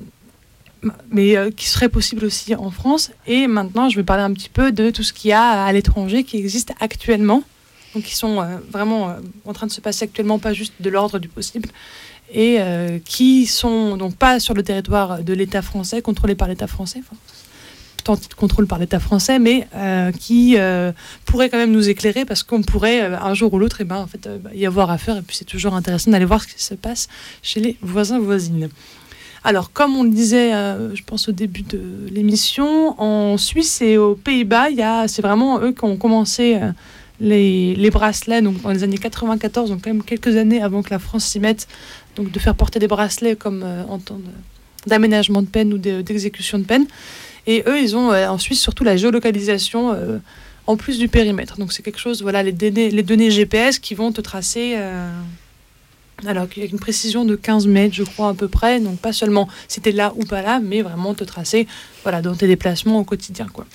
mais euh, qui serait possible aussi en France. Et maintenant, je vais parler un petit peu de tout ce qu'il y a à l'étranger qui existe actuellement, donc qui sont euh, vraiment euh, en train de se passer actuellement, pas juste de l'ordre du possible, et euh, qui sont donc pas sur le territoire de l'État français, contrôlés par l'État français, enfin, tentés de contrôle par l'État français, mais euh, qui euh, pourraient quand même nous éclairer, parce qu'on pourrait euh, un jour ou l'autre, eh ben, en fait, euh, y avoir affaire, et puis c'est toujours intéressant d'aller voir ce qui se passe chez les voisins voisines. Alors, comme on le disait, euh, je pense au début de l'émission, en Suisse et aux Pays-Bas, il y a, c'est vraiment eux qui ont commencé euh, les, les bracelets donc dans les années quatre-vingt-quatorze, donc quand même quelques années avant que la France s'y mette, donc de faire porter des bracelets comme euh, en temps de, d'aménagement de peine ou de, d'exécution de peine. Et eux, ils ont euh, en Suisse surtout la géolocalisation euh, en plus du périmètre. Donc c'est quelque chose, voilà, les données, les données G P S qui vont te tracer... Euh, alors avec une précision de quinze mètres, je crois, à peu près. Donc pas seulement si t'es là ou pas là, mais vraiment te tracer, voilà, dans tes déplacements au quotidien, quoi.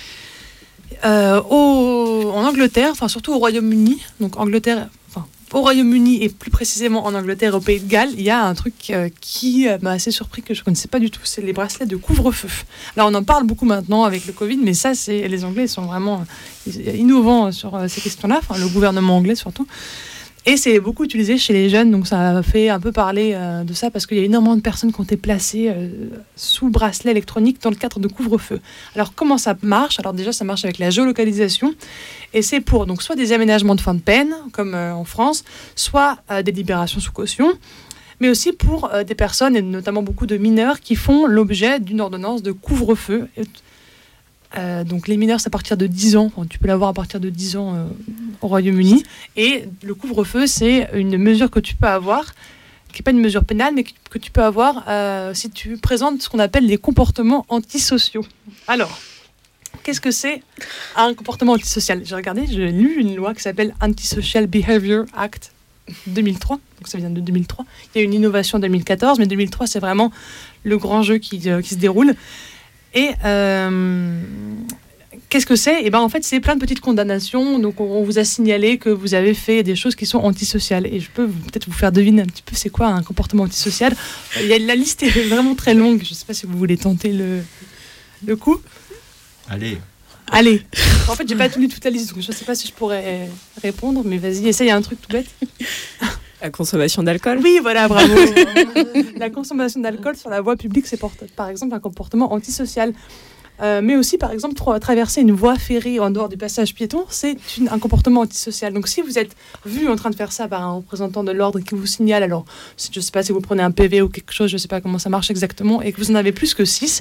Euh, au, en Angleterre, enfin surtout au Royaume-Uni, donc Angleterre, enfin au Royaume-Uni et plus précisément en Angleterre, au Pays de Galles, il y a un truc euh, qui euh, m'a assez surpris, que je connaissais pas du tout, c'est les bracelets de couvre-feu. Alors on en parle beaucoup maintenant avec le Covid, mais ça, c'est les Anglais sont vraiment euh, innovants sur euh, ces questions-là, enfin le gouvernement anglais surtout. Et c'est beaucoup utilisé chez les jeunes, donc ça a fait un peu parler euh, de ça, parce qu'il y a énormément de personnes qui ont été placées euh, sous bracelet électronique dans le cadre de couvre-feu. Alors comment ça marche ? Alors déjà, ça marche avec la géolocalisation, et c'est pour donc soit des aménagements de fin de peine, comme euh, en France, soit euh, des libérations sous caution, mais aussi pour euh, des personnes, et notamment beaucoup de mineurs, qui font l'objet d'une ordonnance de couvre-feu. Et, Euh, donc les mineurs, c'est à partir de dix ans, enfin, tu peux l'avoir à partir de dix ans euh, au Royaume-Uni, et le couvre-feu, c'est une mesure que tu peux avoir, qui n'est pas une mesure pénale, mais que, que tu peux avoir euh, si tu présentes ce qu'on appelle les comportements antisociaux. Alors, qu'est-ce que c'est un comportement antisocial ? J'ai regardé, j'ai lu une loi qui s'appelle Antisocial Behavior Act deux mille trois, donc ça vient de deux mille trois. Il y a eu une innovation en deux mille quatorze, mais deux mille trois, c'est vraiment le grand jeu qui, euh, qui se déroule. Et euh, qu'est-ce que c'est ? Et ben en fait, c'est plein de petites condamnations. Donc, on vous a signalé que vous avez fait des choses qui sont antisociales. Et je peux vous, peut-être vous faire deviner un petit peu c'est quoi un comportement antisocial. Il y a, la liste est vraiment très longue. Je ne sais pas si vous voulez tenter le, le coup. Allez. Allez. En fait, j'ai pas tout lu toute la liste, donc je ne sais pas si je pourrais répondre. Mais vas-y, essaye un truc tout bête. La consommation d'alcool ? Oui, voilà, bravo. La consommation d'alcool sur la voie publique, c'est pour, par exemple un comportement antisocial. Euh, mais aussi, par exemple, tra- traverser une voie ferrée en dehors du passage piéton, c'est une, un comportement antisocial. Donc, si vous êtes vu en train de faire ça par un représentant de l'ordre qui vous signale, alors, je ne sais pas si vous prenez un P V ou quelque chose, je ne sais pas comment ça marche exactement, et que vous en avez plus que six,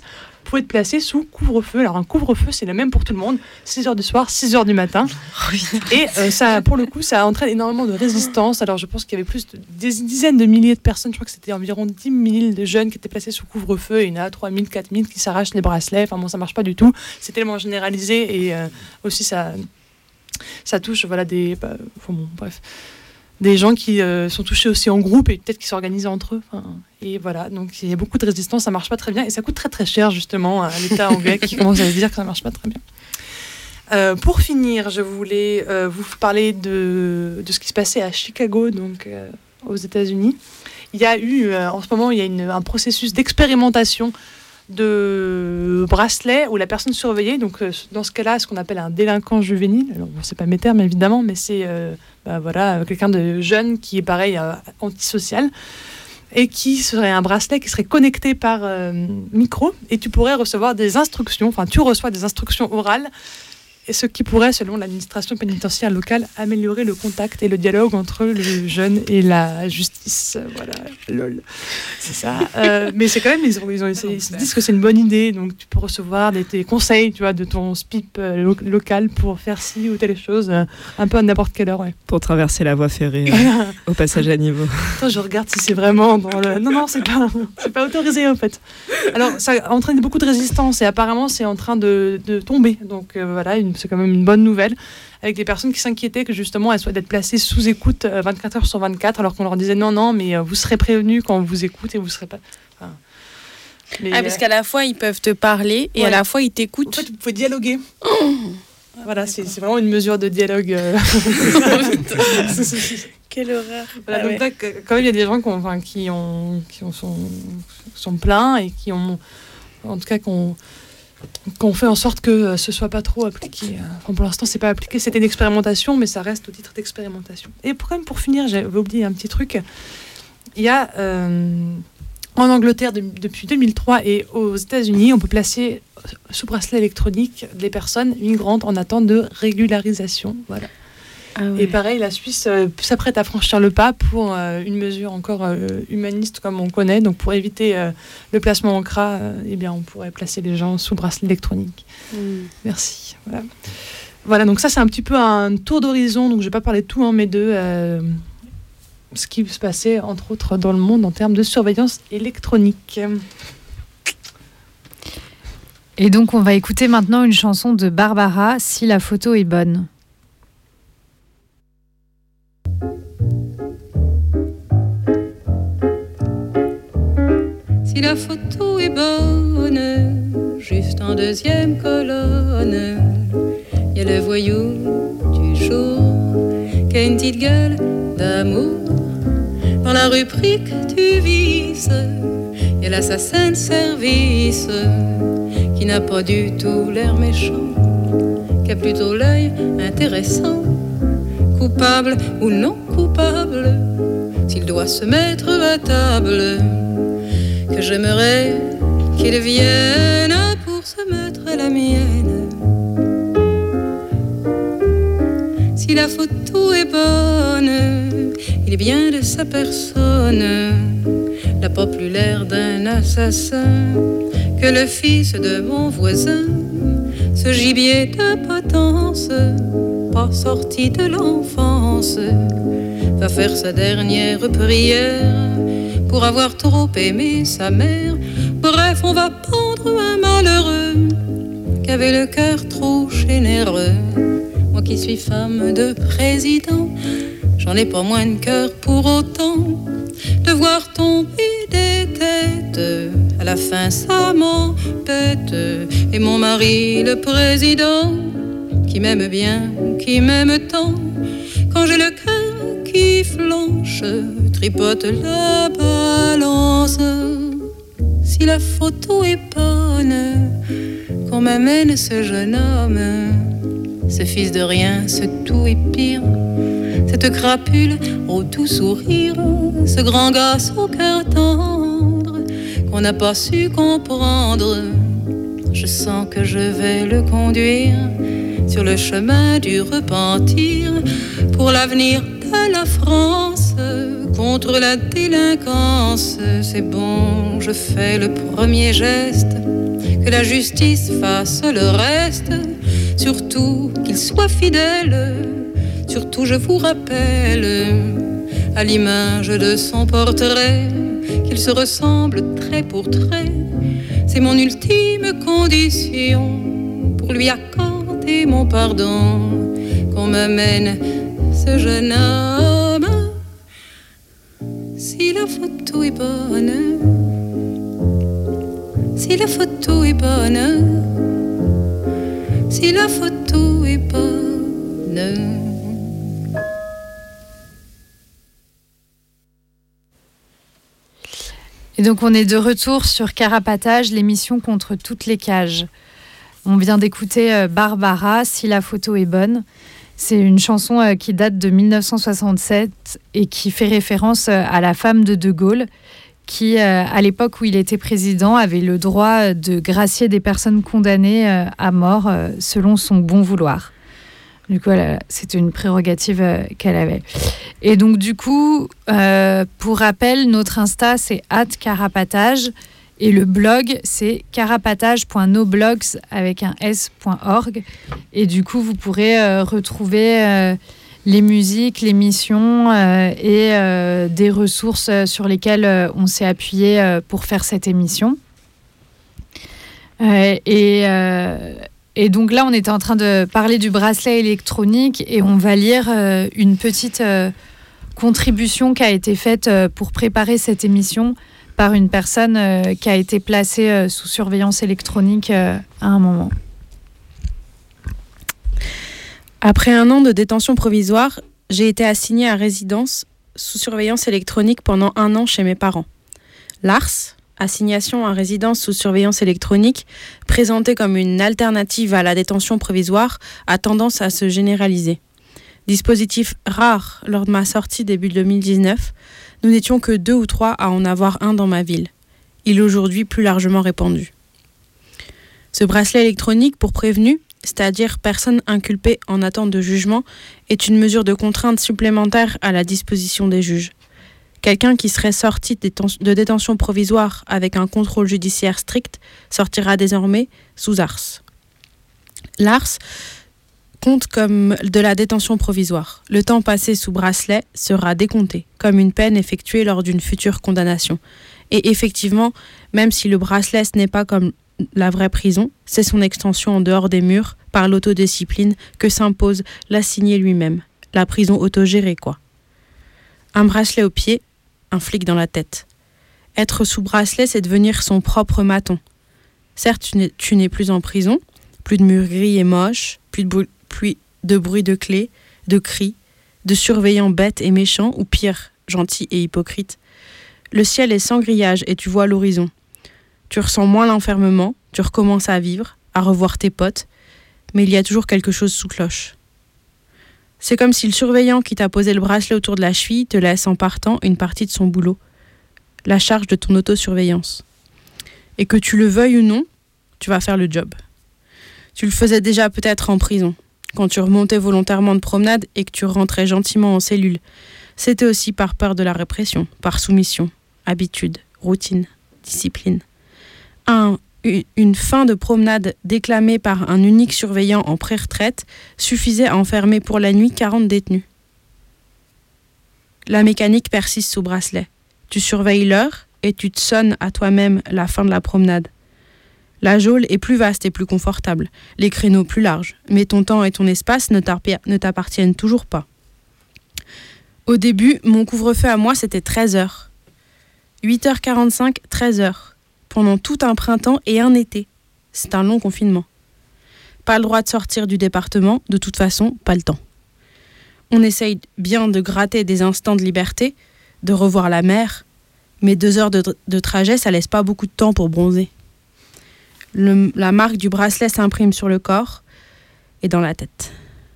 pouvez te placer sous couvre-feu. Alors un couvre-feu, c'est le même pour tout le monde, six heures du soir, six heures du matin. Et euh, ça, pour le coup, ça entraîne énormément de résistance. Alors je pense qu'il y avait plus de des dizaines de milliers de personnes, je crois que c'était environ dix mille de jeunes qui étaient placés sous couvre-feu, et il y en a trois mille, quatre mille qui s'arrachent les bracelets. Enfin bon, ça marche pas du tout. C'est tellement généralisé, et euh, aussi ça, ça touche voilà, des... Bah, bon, bref... des gens qui euh, sont touchés aussi en groupe et peut-être qui s'organisent entre eux. Enfin, et voilà, donc il y a beaucoup de résistance, ça marche pas très bien et ça coûte très très cher justement à l'État anglais qui commence à se dire que ça marche pas très bien. Euh, pour finir, je voulais euh, vous parler de, de ce qui se passait à Chicago, donc euh, aux États-Unis. Il y a eu, euh, en ce moment, il y a une, un processus d'expérimentation de bracelet où la personne surveillée, donc euh, dans ce cas-là, ce qu'on appelle un délinquant juvénile. Alors, bon, c'est pas mes termes évidemment, mais c'est euh, bah, voilà, quelqu'un de jeune qui est pareil, euh, antisocial, et qui serait un bracelet qui serait connecté par euh, micro, et tu pourrais recevoir des instructions, enfin tu reçois des instructions orales, et ce qui pourrait, selon l'administration pénitentiaire locale, améliorer le contact et le dialogue entre le jeune et la justice. Voilà, lol. C'est ça. Euh, mais c'est quand même, ils, ont, ils, ont essayé, ils se disent que c'est une bonne idée, donc tu peux recevoir des, des conseils, tu vois, de ton S P I P euh, lo- local pour faire ci ou telle chose, euh, un peu à n'importe quelle heure, ouais. Pour traverser la voie ferrée euh, au passage à niveau. Attends, je regarde si c'est vraiment dans le... Non, non, c'est pas, c'est pas autorisé, en fait. Alors, ça entraîne beaucoup de résistance, et apparemment, c'est en train de, de tomber. Donc, euh, voilà, une c'est quand même une bonne nouvelle, avec des personnes qui s'inquiétaient que justement elles soient d'être placées sous écoute euh, vingt-quatre heures sur vingt-quatre, alors qu'on leur disait non, non, mais euh, vous serez prévenus quand on vous écoute et vous serez pas... Enfin, mais, ah, parce qu'à la fois ils peuvent te parler et ouais. à la fois ils t'écoutent. En fait, vous pouvez dialoguer. Oh voilà, c'est, c'est vraiment une mesure de dialogue. Euh... Quelle horreur. Voilà, ah, donc ouais. là, quand même, il y a des gens qui, ont, enfin, qui, ont, qui ont, sont, sont pleins et qui ont, en tout cas, qui ont... qu'on fait en sorte que ce soit pas trop appliqué. Enfin, pour l'instant, c'est pas appliqué. C'était une expérimentation, mais ça reste au titre d'expérimentation. Et pour, quand même, pour finir, j'avais oublié un petit truc. Il y a euh, en Angleterre de, depuis deux mille trois et aux États-Unis, on peut placer sous bracelet électronique des personnes migrantes en attente de régularisation. Voilà. Ah ouais. Et pareil, la Suisse euh, s'apprête à franchir le pas pour euh, une mesure encore euh, humaniste comme on connaît. Donc pour éviter euh, le placement en C R A, euh, eh bien, on pourrait placer les gens sous bracelet électronique. Mm. Merci. Voilà. Voilà, donc ça c'est un petit peu un tour d'horizon. Donc je ne vais pas parler de tout, hein, mais de euh, ce qui se passait entre autres dans le monde en termes de surveillance électronique. Et donc on va écouter maintenant une chanson de Barbara, Si la photo est bonne. Si la photo est bonne, juste en deuxième colonne, y a le voyou du jour qui a une petite gueule d'amour. Dans la rubrique du vice, y a l'assassin de service qui n'a pas du tout l'air méchant, qui a plutôt l'œil intéressant. Coupable ou non coupable, s'il doit se mettre à table, que j'aimerais qu'il vienne pour se mettre à la mienne. Si la photo est bonne, il est bien de sa personne, n'a pas plus l'air d'un assassin que le fils de mon voisin, ce gibier de potence, pas sorti de l'enfance, va faire sa dernière prière pour avoir trop aimé sa mère. Bref, on va pendre un malheureux qui avait le cœur trop généreux. Moi qui suis femme de président, j'en ai pas moins de cœur pour autant de voir tomber des têtes. À la fin, ça m'embête. Et mon mari, le président, qui m'aime bien, qui m'aime tant, quand j'ai le cœur qui flanche, tripote la balance. Si la photo est bonne, qu'on m'amène ce jeune homme, ce fils de rien, ce tout est pire, cette crapule au tout sourire, ce grand gosse au cœur tendre qu'on n'a pas su comprendre. Je sens que je vais le conduire sur le chemin du repentir pour l'avenir de la France, contre la délinquance. C'est bon, je fais le premier geste que la justice fasse le reste, surtout qu'il soit fidèle, surtout je vous rappelle, à l'image de son portrait, qu'il se ressemble trait pour trait. C'est mon ultime condition pour lui accorder mon pardon, qu'on m'amène ce jeune homme. Si la photo est bonne, si la photo est bonne, si la photo est bonne. Et donc on est de retour sur Carapatage, l'émission contre toutes les cages. On vient d'écouter Barbara, Si la photo est bonne. C'est une chanson qui date de dix-neuf cent soixante-sept et qui fait référence à la femme de De Gaulle qui, à l'époque où il était président, avait le droit de gracier des personnes condamnées à mort selon son bon vouloir. Du coup, c'était une prérogative qu'elle avait. Et donc, du coup, euh, pour rappel, notre Insta, c'est arobase carapatage. Et le blog, c'est carapatage point noblogs avec un s point org. Et du coup, vous pourrez euh, retrouver euh, les musiques, l'émission euh, et euh, des ressources sur lesquelles euh, on s'est appuyé euh, pour faire cette émission. Euh, et... Euh, Et donc là, on était en train de parler du bracelet électronique et on va lire euh, une petite euh, contribution qui a été faite euh, pour préparer cette émission par une personne euh, qui a été placée euh, sous surveillance électronique euh, à un moment. Après un an de détention provisoire, j'ai été assignée à résidence sous surveillance électronique pendant un an chez mes parents. Lars, assignation à résidence sous surveillance électronique, présentée comme une alternative à la détention provisoire, a tendance à se généraliser. Dispositif rare lors de ma sortie début deux mille dix-neuf, nous n'étions que deux ou trois à en avoir un dans ma ville. Il est aujourd'hui plus largement répandu. Ce bracelet électronique pour prévenu, c'est-à-dire personne inculpée en attente de jugement, est une mesure de contrainte supplémentaire à la disposition des juges. Quelqu'un qui serait sorti de détention provisoire avec un contrôle judiciaire strict sortira désormais sous Ars. L'Ars compte comme de la détention provisoire. Le temps passé sous bracelet sera décompté, comme une peine effectuée lors d'une future condamnation. Et effectivement, même si le bracelet ce n'est pas comme la vraie prison, c'est son extension en dehors des murs, par l'autodiscipline que s'impose l'assigné lui-même. La prison autogérée, quoi. Un bracelet au pied, un flic dans la tête. Être sous bracelet, c'est devenir son propre maton. Certes, tu n'es, tu n'es plus en prison, plus de murs gris et moches, plus de, bruit, plus de bruit de clés, de cris, de surveillants bêtes et méchants, ou pire, gentils et hypocrites. Le ciel est sans grillage et tu vois l'horizon. Tu ressens moins l'enfermement, tu recommences à vivre, à revoir tes potes, mais il y a toujours quelque chose sous cloche. C'est comme si le surveillant qui t'a posé le bracelet autour de la cheville te laisse en partant une partie de son boulot, la charge de ton autosurveillance. Et que tu le veuilles ou non, tu vas faire le job. Tu le faisais déjà peut-être en prison, quand tu remontais volontairement de promenade et que tu rentrais gentiment en cellule. C'était aussi par peur de la répression, par soumission, habitude, routine, discipline. Un Une fin de promenade déclamée par un unique surveillant en pré-retraite suffisait à enfermer pour la nuit quarante détenus. La mécanique persiste sous bracelet. Tu surveilles l'heure et tu te sonnes à toi-même la fin de la promenade. La geôle est plus vaste et plus confortable, les créneaux plus larges, mais ton temps et ton espace ne, ne t'appartiennent toujours pas. Au début, mon couvre-feu à moi, c'était treize heures. huit heures quarante-cinq, treize heures. Pendant tout un printemps et un été. C'est un long confinement. Pas le droit de sortir du département, de toute façon, pas le temps. On essaye bien de gratter des instants de liberté, de revoir la mer, mais deux heures de, de trajet, ça laisse pas beaucoup de temps pour bronzer. Le, la marque du bracelet s'imprime sur le corps et dans la tête.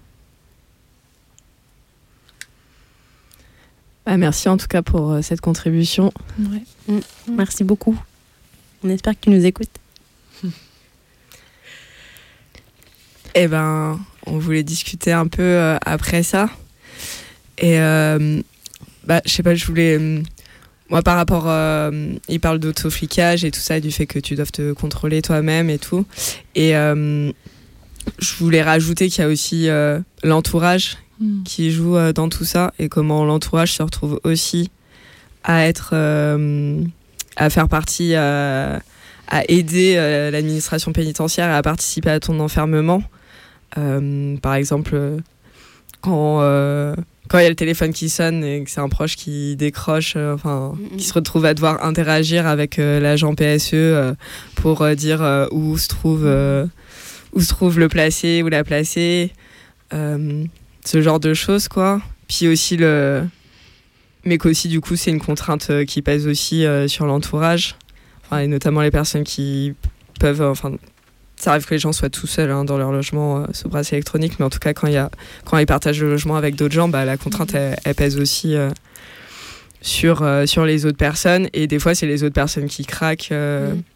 Bah, merci en tout cas pour euh, cette contribution. Ouais. Mmh. Merci beaucoup. On espère qu'ils nous écoutent. Eh ben, on voulait discuter un peu euh, après ça. Et euh, bah, je sais pas, je voulais, euh, moi, par rapport, euh, il parle d'autoflicage et tout ça, et du fait que tu dois te contrôler toi-même et tout. Et euh, je voulais rajouter qu'il y a aussi euh, l'entourage mmh. qui joue euh, dans tout ça, et comment l'entourage se retrouve aussi à être, euh, à faire partie, euh, à aider euh, l'administration pénitentiaire et à participer à ton enfermement. Euh, par exemple, quand euh, quand il y a le téléphone qui sonne et que c'est un proche qui décroche, euh, enfin, mmh. qui se retrouve à devoir interagir avec euh, l'agent P S E euh, pour euh, dire euh, où se trouve euh, où se trouve le placé ou la placée, euh, ce genre de choses, quoi. Puis aussi le, mais qu'aussi du coup c'est une contrainte euh, qui pèse aussi euh, sur l'entourage, enfin, et notamment les personnes qui peuvent, euh, enfin. Ça arrive que les gens soient tout seuls hein, dans leur logement euh, sous bracelet électronique, mais en tout cas, quand, y a, quand ils partagent le logement avec d'autres gens, bah, la contrainte, elle, elle pèse aussi euh, sur, euh, sur les autres personnes. Et des fois, c'est les autres personnes qui craquent. Euh, mmh.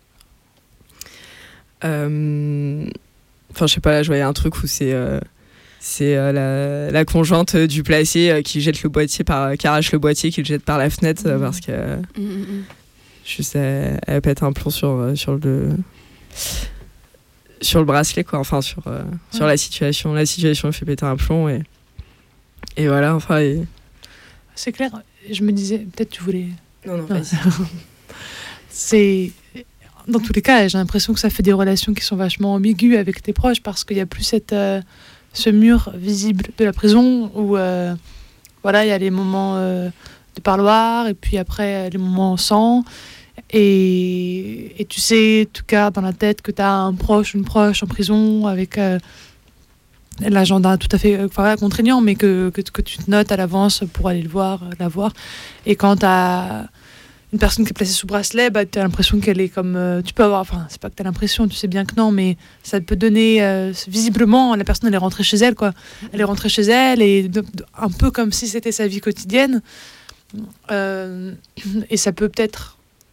euh, enfin, je sais pas, là, je voyais un truc où c'est, euh, c'est euh, la, la conjointe du placé euh, qui jette le boîtier, par, qui arrache le boîtier, qui le jette par la fenêtre euh, parce que euh, mmh. juste, elle, elle pète un plomb sur, sur le... sur le bracelet, quoi, enfin sur, euh, ouais. sur la situation la situation fait péter un plomb, et et voilà, enfin et... c'est clair. Je me disais, peut-être tu voulais non non vas-y. C'est, dans tous les cas, j'ai l'impression que ça fait des relations qui sont vachement ambiguës avec tes proches, parce qu'il y a plus cette euh, ce mur visible de la prison où euh, voilà, il y a les moments euh, de parloir, et puis après les moments sans. Et, et tu sais, en tout cas, dans la tête, que tu as un proche, une proche en prison avec euh, l'agenda tout à fait euh, voilà, contraignant, mais que, que, que tu te notes à l'avance pour aller le voir, la voir. Et quand tu as une personne qui est placée sous bracelet, bah, tu as l'impression qu'elle est comme... Euh, tu peux avoir... Enfin, c'est pas que tu as l'impression, tu sais bien que non, mais ça peut donner... Euh, visiblement, la personne, elle est rentrée chez elle, quoi. Elle est rentrée chez elle, et de, de, un peu comme si c'était sa vie quotidienne. Euh, et ça peut peut-être...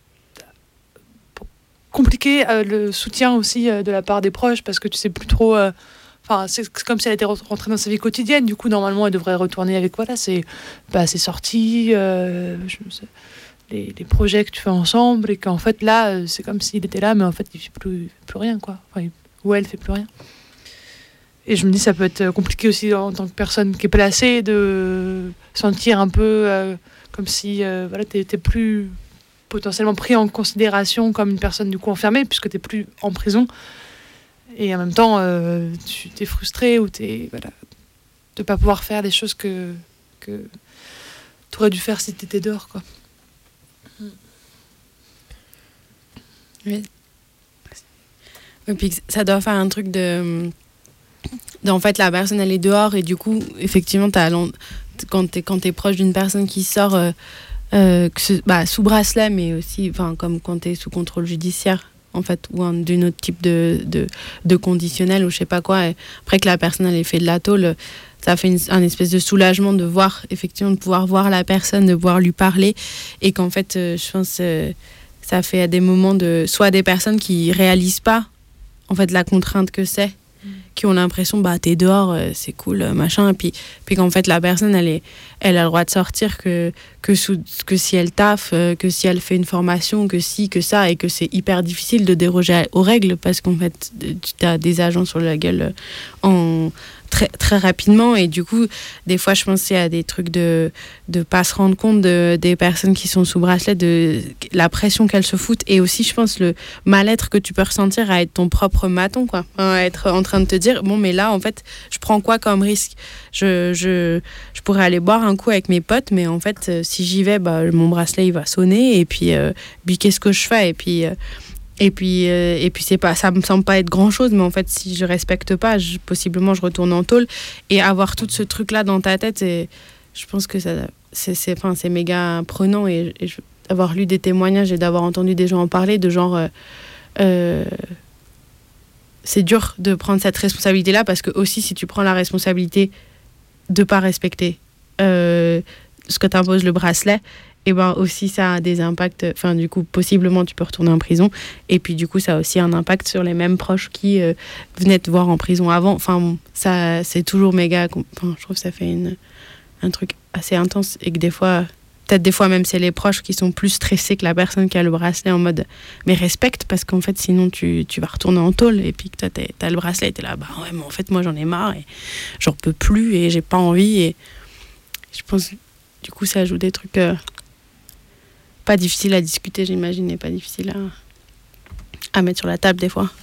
compliqué euh, le soutien aussi euh, de la part des proches, parce que tu sais plus trop enfin euh, c'est comme si elle était rentrée dans sa vie quotidienne. Du coup normalement elle devrait retourner avec voilà c'est bah ses sorties euh, je, les, les projets que tu fais ensemble, et qu'en fait là euh, c'est comme s'il était là, mais en fait il fait plus, plus rien, quoi, enfin, il, ou elle fait plus rien. Et je me dis ça peut être compliqué aussi en tant que personne qui est placée de sentir un peu euh, comme si euh, voilà t'es, t'es plus potentiellement pris en considération comme une personne du coup enfermée, puisque tu n'es plus en prison, et en même temps euh, tu t'es frustré, ou t'es voilà, de ne pas pouvoir faire les choses que, que tu aurais dû faire si tu étais dehors, quoi. Oui. Et puis ça doit faire un truc de, de en fait la personne elle est dehors, et du coup effectivement t'as, quand tu es quand t'es proche d'une personne qui sort euh, Euh, que ce, bah, sous bracelet, mais aussi comme quand tu es sous contrôle judiciaire, en fait, ou un, d'un autre type de, de, de conditionnel, ou je sais pas quoi. Et après que la personne elle ait fait de la tôle, ça fait une, un espèce de soulagement de voir, effectivement, de pouvoir voir la personne, de pouvoir lui parler, et qu'en fait, euh, je pense euh, ça fait à des moments de soit des personnes qui réalisent pas en fait la contrainte que c'est, qui ont l'impression bah t'es dehors, euh, c'est cool, euh, machin, et puis puis qu'en fait la personne elle est elle a le droit de sortir que que sous, que si elle taffe, euh, que si elle fait une formation, que si que ça, et que c'est hyper difficile de déroger aux règles, parce qu'en fait tu as des agents sur la gueule en très très rapidement, et du coup des fois je pense qu'il y a des trucs de de pas se rendre compte de des personnes qui sont sous bracelet, de la pression qu'elles se foutent, et aussi je pense le mal-être que tu peux ressentir à être ton propre maton, quoi, à être en train de te dire bon mais là en fait je prends quoi comme risque, je je je pourrais aller boire un coup avec mes potes, mais en fait si j'y vais bah mon bracelet il va sonner, et puis euh, puis qu'est-ce que je fais, et puis euh, Et puis, euh, et puis c'est pas, ça me semble pas être grand chose, mais en fait, si je respecte pas, je, possiblement je retourne en tôle. Et avoir tout ce truc-là dans ta tête, et je pense que ça, c'est, c'est, enfin, c'est méga prenant. Et, et je, avoir lu des témoignages et d'avoir entendu des gens en parler, de genre, euh, euh, c'est dur de prendre cette responsabilité-là, parce que aussi, si tu prends la responsabilité de pas respecter euh, ce que t'impose le bracelet, et ben aussi ça a des impacts, enfin du coup possiblement tu peux retourner en prison, et puis du coup ça a aussi un impact sur les mêmes proches qui euh, venaient te voir en prison avant, enfin bon, ça c'est toujours méga, enfin je trouve que ça fait une, un truc assez intense, et que des fois peut-être des fois même c'est les proches qui sont plus stressés que la personne qui a le bracelet en mode mais respecte parce qu'en fait sinon tu, tu vas retourner en tôle et puis que toi t'es, t'as le bracelet et t'es là bah ouais mais en fait moi j'en ai marre et j'en peux plus et j'ai pas envie et je pense du coup ça ajoute des trucs euh, pas difficiles à discuter j'imagine et pas difficiles à, à mettre sur la table des fois.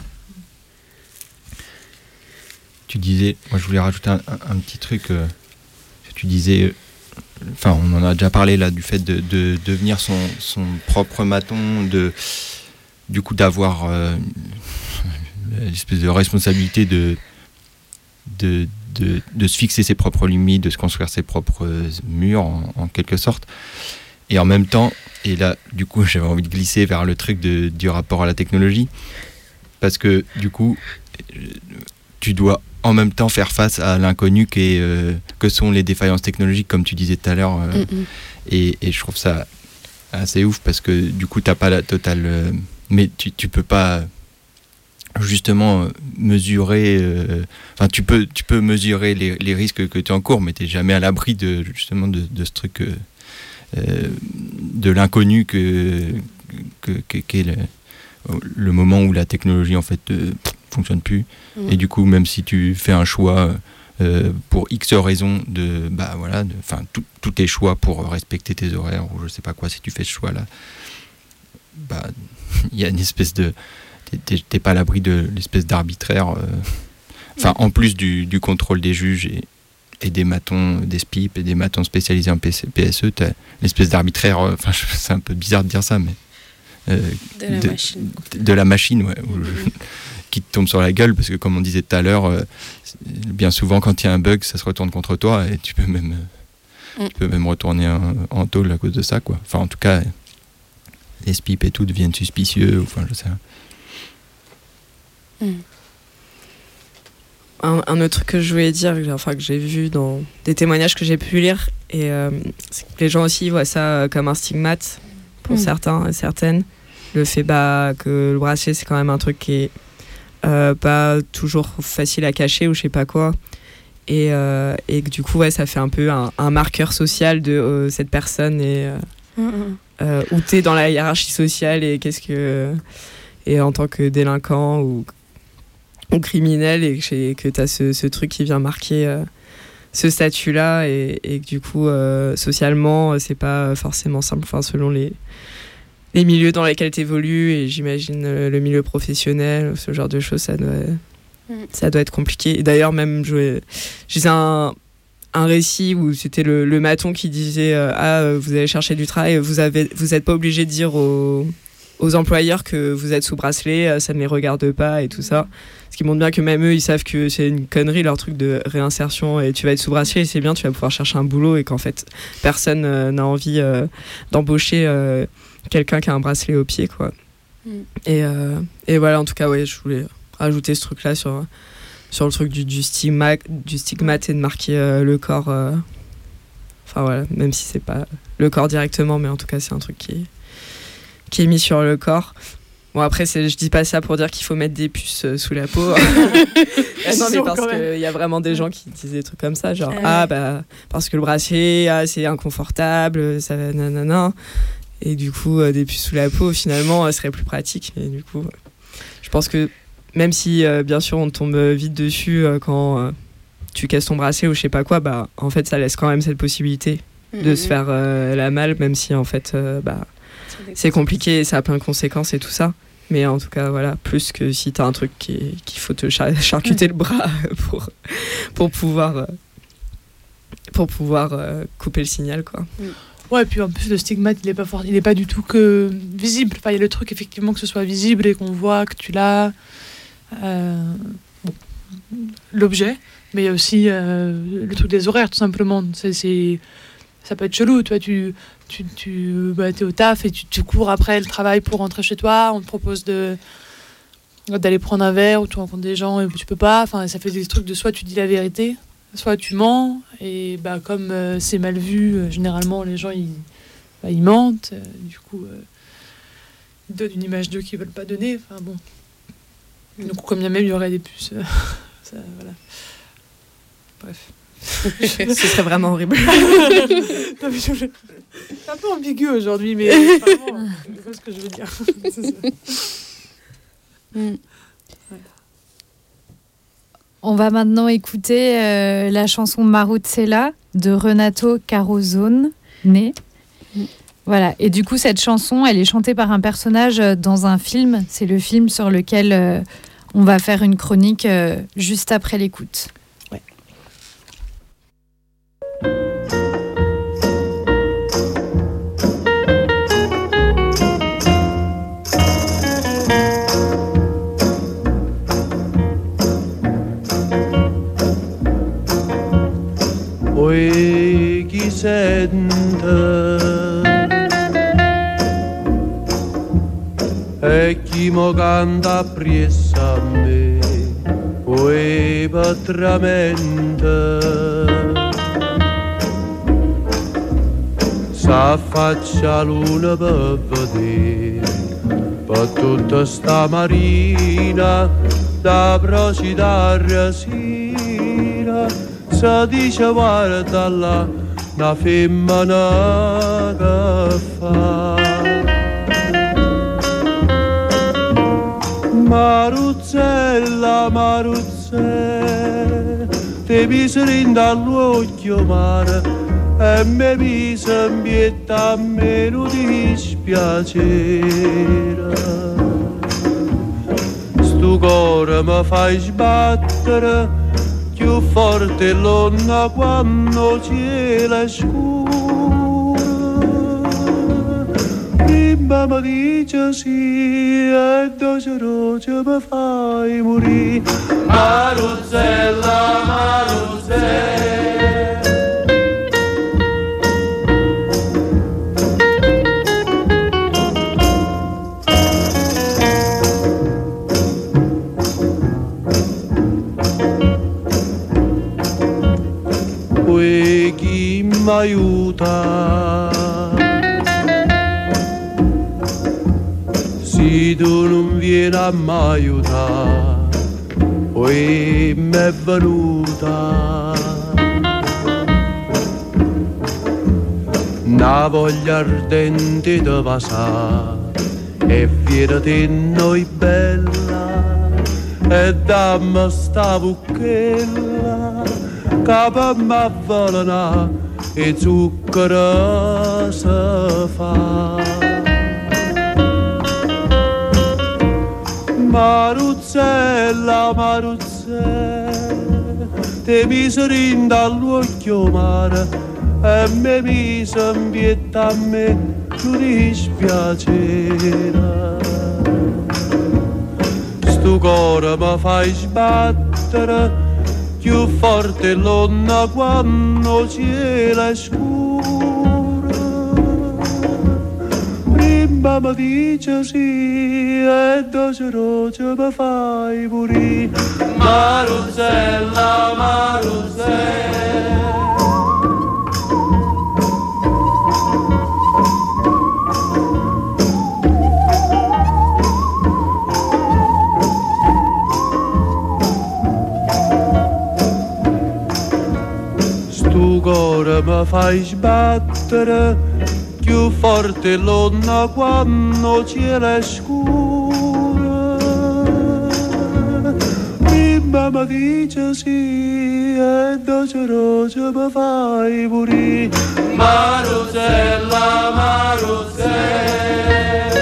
Tu disais, moi je voulais rajouter un, un, un petit truc, euh, tu disais, enfin on en a déjà parlé là, du fait de, de devenir son, son propre maton, de, du coup d'avoir euh, l'espèce de responsabilité de, de, de, de se fixer ses propres limites, de se construire ses propres murs en, en quelque sorte. Et en même temps, et là du coup j'avais envie de glisser vers le truc de, du rapport à la technologie, parce que du coup tu dois en même temps faire face à l'inconnu qu'est, euh, que sont les défaillances technologiques, comme tu disais tout à l'heure. Euh, mm-hmm. et, et je trouve ça assez ouf parce que du coup, tu n'as pas la totale... Euh, mais tu ne peux pas justement mesurer... Enfin, euh, tu, peux, tu peux mesurer les, les risques que tu encours, mais tu n'es jamais à l'abri de, justement de, de ce truc... Euh, euh, de l'inconnu que, que, que, qu'est le, le moment où la technologie, en fait... Euh, fonctionne plus mmh. et du coup même si tu fais un choix euh, pour X raisons de bah voilà enfin tous tes choix pour respecter tes horaires ou je sais pas quoi, si tu fais ce choix là bah il y a une espèce de t'es, t'es pas à l'abri de l'espèce d'arbitraire enfin euh, mmh. en plus du, du contrôle des juges et, et des matons des S P I P et des matons spécialisés en P S E, t'as l'espèce d'arbitraire enfin euh, c'est un peu bizarre de dire ça mais euh, de la de, machine de, de la machine ouais où je, qui te tombe sur la gueule parce que comme on disait tout à l'heure euh, bien souvent quand il y a un bug ça se retourne contre toi et tu peux même euh, mm. tu peux même retourner en, en tôle à cause de ça quoi. Enfin en tout cas les S P I P et tout deviennent suspicieux ou enfin je sais mm. un, un autre truc que je voulais dire enfin que j'ai vu dans des témoignages que j'ai pu lire et euh, c'est que les gens aussi voient ça comme un stigmate pour mm. certains et certaines, le fait bah, que le bracelet c'est quand même un truc qui est Euh, pas toujours facile à cacher ou je sais pas quoi et, euh, et que du coup ouais, ça fait un peu un, un marqueur social de euh, cette personne et euh, mm-hmm. euh, où t'es dans la hiérarchie sociale et qu'est-ce que et en tant que délinquant ou, ou criminel et que, que t'as ce, ce truc qui vient marquer euh, ce statut là et, et que du coup euh, socialement c'est pas forcément simple enfin selon les les milieux dans lesquels tu évolues et j'imagine euh, le milieu professionnel, ce genre de choses, ça doit, mm. ça doit être compliqué. Et d'ailleurs, même, j'ai un, un récit où c'était le, le maton qui disait euh, ah, vous allez chercher du travail, vous avez, vous n'êtes pas obligé de dire aux, aux employeurs que vous êtes sous bracelet, ça ne les regarde pas et tout ça. Ce qui montre bien que même eux, ils savent que c'est une connerie leur truc de réinsertion et tu vas être sous bracelet et c'est bien, tu vas pouvoir chercher un boulot et qu'en fait, personne euh, n'a envie euh, d'embaucher euh, quelqu'un qui a un bracelet au pied quoi. Mm. Et, euh, et voilà en tout cas ouais je voulais rajouter ce truc là sur, sur le truc du, du, stigma, du stigmate et de marquer euh, le corps euh, enfin voilà même si c'est pas le corps directement mais en tout cas c'est un truc qui est, qui est mis sur le corps. Bon après c'est, je dis pas ça pour dire qu'il faut mettre des puces euh, sous la peau non mais parce qu'il y a vraiment des gens qui disent des trucs comme ça genre euh... ah bah parce que le bracelet ah, c'est inconfortable ça nanana. Et du coup, euh, des puces sous la peau, finalement, euh, serait plus pratique. Et du coup, euh, je pense que même si, euh, bien sûr, on tombe vite dessus euh, quand euh, tu casses ton bracelet ou je sais pas quoi, bah, en fait, ça laisse quand même cette possibilité mm-hmm. de se faire euh, la malle, même si, en fait, euh, bah, c'est, c'est compliqué et ça a plein de conséquences et tout ça. Mais en tout cas, voilà, plus que si t'as un truc qui est, qu'il faut te char- charcuter mm. le bras pour, pour pouvoir, euh, pour pouvoir euh, couper le signal, quoi. Mm. Ouais, et puis en plus, le stigmate, il n'est pas, fort, il est pas du tout que visible. Enfin, il y a le truc, effectivement, que ce soit visible et qu'on voit que tu l'as. Euh, bon, l'objet, mais il y a aussi euh, le truc des horaires, tout simplement. C'est, c'est, ça peut être chelou, tu vois, tu, tu, tu bah, t'es au taf et tu, tu cours après le travail pour rentrer chez toi. On te propose de, d'aller prendre un verre ou tu rencontres des gens et tu peux pas. Enfin, ça fait des trucs de soit tu dis la vérité, soit tu mens, et bah, comme euh, c'est mal vu, euh, généralement les gens ils, bah, ils mentent, euh, du coup euh, ils donnent une image d'eux qu'ils veulent pas donner, enfin bon. Donc comme bien même il y aurait des puces, euh, ça, voilà. Bref. Ce serait vraiment horrible. Non, mais je... C'est un peu ambigu aujourd'hui, mais vraiment, c'est pas ce que je veux dire. C'est ça. Mm. Ouais. On va maintenant écouter euh, la chanson Maruzzella de Renato Carosone. Né. Mm. Voilà. Et du coup, cette chanson, elle est chantée par un personnage dans un film. C'est le film sur lequel euh, on va faire une chronique euh, juste après l'écoute. Ouais. Poi chi sente e chi mo canta appresso a me, poi patramente s'affaccia luna per vedere, per tutta sta marina da procitare sera. Si dice guarda là, una femmina che fa. Maruzzella, Maruzzella, ti miseri dall'occhio mare e mi mise in pietà a me non dispiacere. Sto cuore mi fai sbattere più forte l'onna quando cielo è scuro. Prima mi dice sì e doce roce mi fai morire. Maruzzella, Maruzzella. Chi mi aiuta se tu non vieni a mi aiutare poi mi è venuta una voglia ardente di passare e fiera di noi bella e dammi sta bucchella capa m'avvalena e zucchero si fa. Maruzzella, Maruzzella, ti miseri dall'occhio mare e mi mise in pietà a me non dispiacere. Sto cuore mi fai sbattere più forte l'onna quando cielo è scuro. Prima mi dice sì e doce roce mi fai morire. Maruzzella, Maruzzella. Tu cuore mi fai sbattere più forte l'onna quando cielo è scuro. Prima mi dice sì e doce roce mi fai morire. Maruzzella, Maruzzella.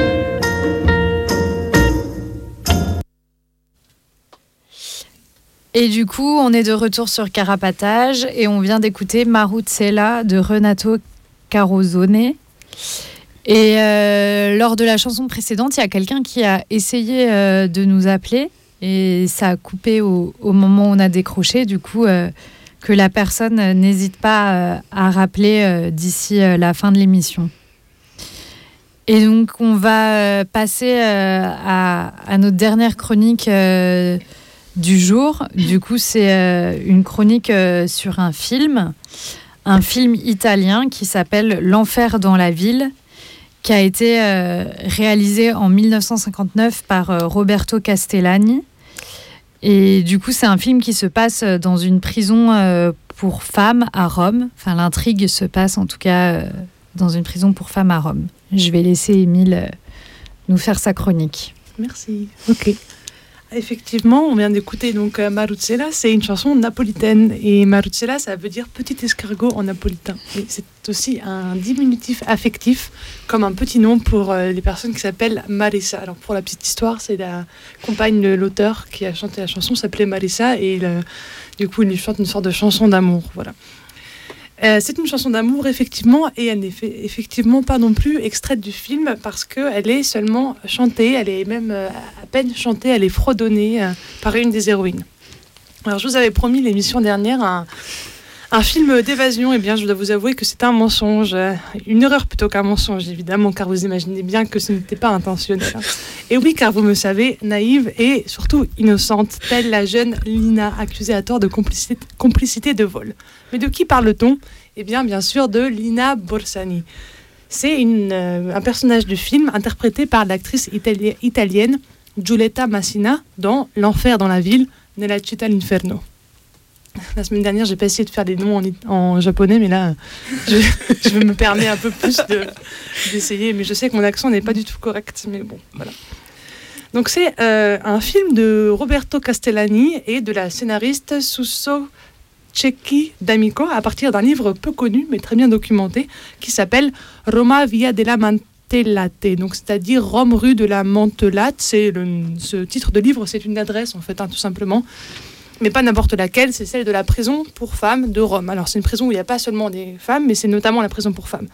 Et du coup, on est de retour sur Carapatage et on vient d'écouter Maruzzella de Renato Carosone. Et euh, lors de la chanson précédente, il y a quelqu'un qui a essayé euh, de nous appeler et ça a coupé au, au moment où on a décroché. Du coup, euh, que la personne n'hésite pas euh, à rappeler euh, d'ici euh, la fin de l'émission. Et donc, on va euh, passer euh, à, à notre dernière chronique euh, du jour. Du coup, c'est euh, une chronique euh, sur un film, un film italien qui s'appelle L'Enfer dans la ville, qui a été euh, réalisé en dix-neuf cent cinquante-neuf par euh, Roberto Castellani. Et du coup, c'est un film qui se passe dans une prison euh, pour femmes à Rome. Enfin, l'intrigue se passe en tout cas euh, dans une prison pour femmes à Rome. Je vais laisser Émile euh, nous faire sa chronique. Merci. Ok. Effectivement, on vient d'écouter donc euh, Maruzzella, c'est une chanson napolitaine. Et Maruzzella, ça veut dire petit escargot en napolitain. Et c'est aussi un diminutif affectif, comme un petit nom pour euh, les personnes qui s'appellent Marisa. Alors pour la petite histoire, c'est la compagne de l'auteur qui a chanté la chanson, s'appelait Marisa, et le, du coup, il lui chante une sorte de chanson d'amour. Voilà. Euh, c'est une chanson d'amour, effectivement, et elle n'est fait, effectivement pas non plus extraite du film parce qu'elle est seulement chantée, elle est même euh, à peine chantée, elle est fredonnée euh, par une des héroïnes. Alors, je vous avais promis l'émission dernière un, un film d'évasion, et bien, je dois vous avouer que c'est un mensonge, euh, une erreur plutôt qu'un mensonge, évidemment, car vous imaginez bien que ce n'était pas intentionnel. Hein. Et oui, car vous me savez, naïve et surtout innocente, telle la jeune Lina, accusée à tort de complicité, complicité de vol. Mais de qui parle-t-on ? Eh bien, bien sûr, de Lina Borsani. C'est une, euh, un personnage du film interprété par l'actrice itali- italienne Giulietta Massina dans L'enfer dans la ville, Nella città l'inferno. La semaine dernière, j'ai pas essayé de faire des noms en, it- en japonais, mais là, je, je me permets un peu plus de, d'essayer. Mais je sais que mon accent n'est pas du tout correct, mais bon, voilà. Donc, c'est euh, un film de Roberto Castellani et de la scénariste Suso Cecchi D'Amico à partir d'un livre peu connu mais très bien documenté qui s'appelle Roma Via della Mantellate, donc c'est-à-dire Rome rue de la Mantelate. C'est le, ce titre de livre, c'est une adresse en fait, hein, tout simplement, mais pas n'importe laquelle, c'est celle de la prison pour femmes de Rome. Alors c'est une prison où il n'y a pas seulement des femmes, mais c'est notamment la prison pour femmes.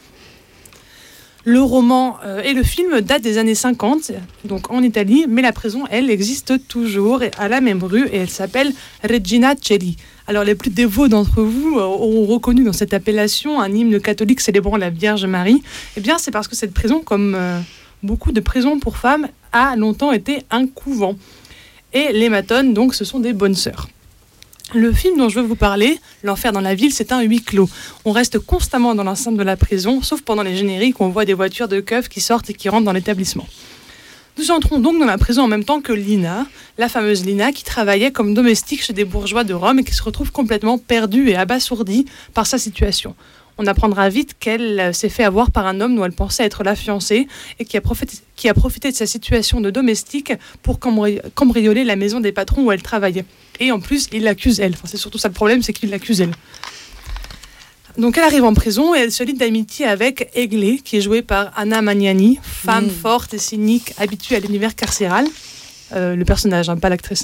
Le roman euh, et le film datent des années cinquante, donc en Italie, mais la prison, elle, existe toujours à la même rue et elle s'appelle Regina Coeli. Alors les plus dévots d'entre vous auront reconnu dans cette appellation un hymne catholique célébrant la Vierge Marie. Eh bien, c'est parce que cette prison, comme euh, beaucoup de prisons pour femmes, a longtemps été un couvent. Et les matrones, donc, ce sont des bonnes sœurs. Le film dont je veux vous parler, L'enfer dans la ville, c'est un huis clos. On reste constamment dans l'enceinte de la prison, sauf pendant les génériques où on voit des voitures de keufs qui sortent et qui rentrent dans l'établissement. Nous entrons donc dans la prison en même temps que Lina, la fameuse Lina qui travaillait comme domestique chez des bourgeois de Rome et qui se retrouve complètement perdue et abasourdie par sa situation. On apprendra vite qu'elle s'est fait avoir par un homme dont elle pensait être la fiancée et qui a profité, qui a profité de sa situation de domestique pour cambri- cambrioler la maison des patrons où elle travaillait. Et en plus, il l'accuse elle. Enfin, c'est surtout ça le problème, c'est qu'il l'accuse elle. Donc elle arrive en prison et elle se lie d'amitié avec Eglé, qui est jouée par Anna Magnani, femme mmh. forte et cynique, habituée à l'univers carcéral. Euh, le personnage, hein, pas l'actrice.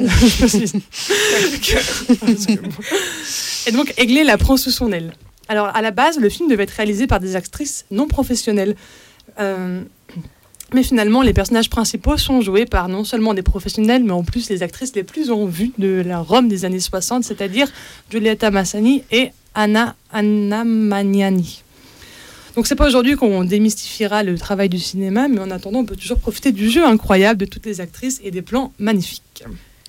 Et donc Eglé la prend sous son aile. Alors à la base, le film devait être réalisé par des actrices non professionnelles. Euh, mais finalement, les personnages principaux sont joués par non seulement des professionnels, mais en plus les actrices les plus en vue de la Rome des années soixante, c'est-à-dire Giulietta Massani et Anna, Anna Magnani. Donc c'est pas aujourd'hui qu'on démystifiera le travail du cinéma, mais en attendant, on peut toujours profiter du jeu incroyable de toutes les actrices et des plans magnifiques.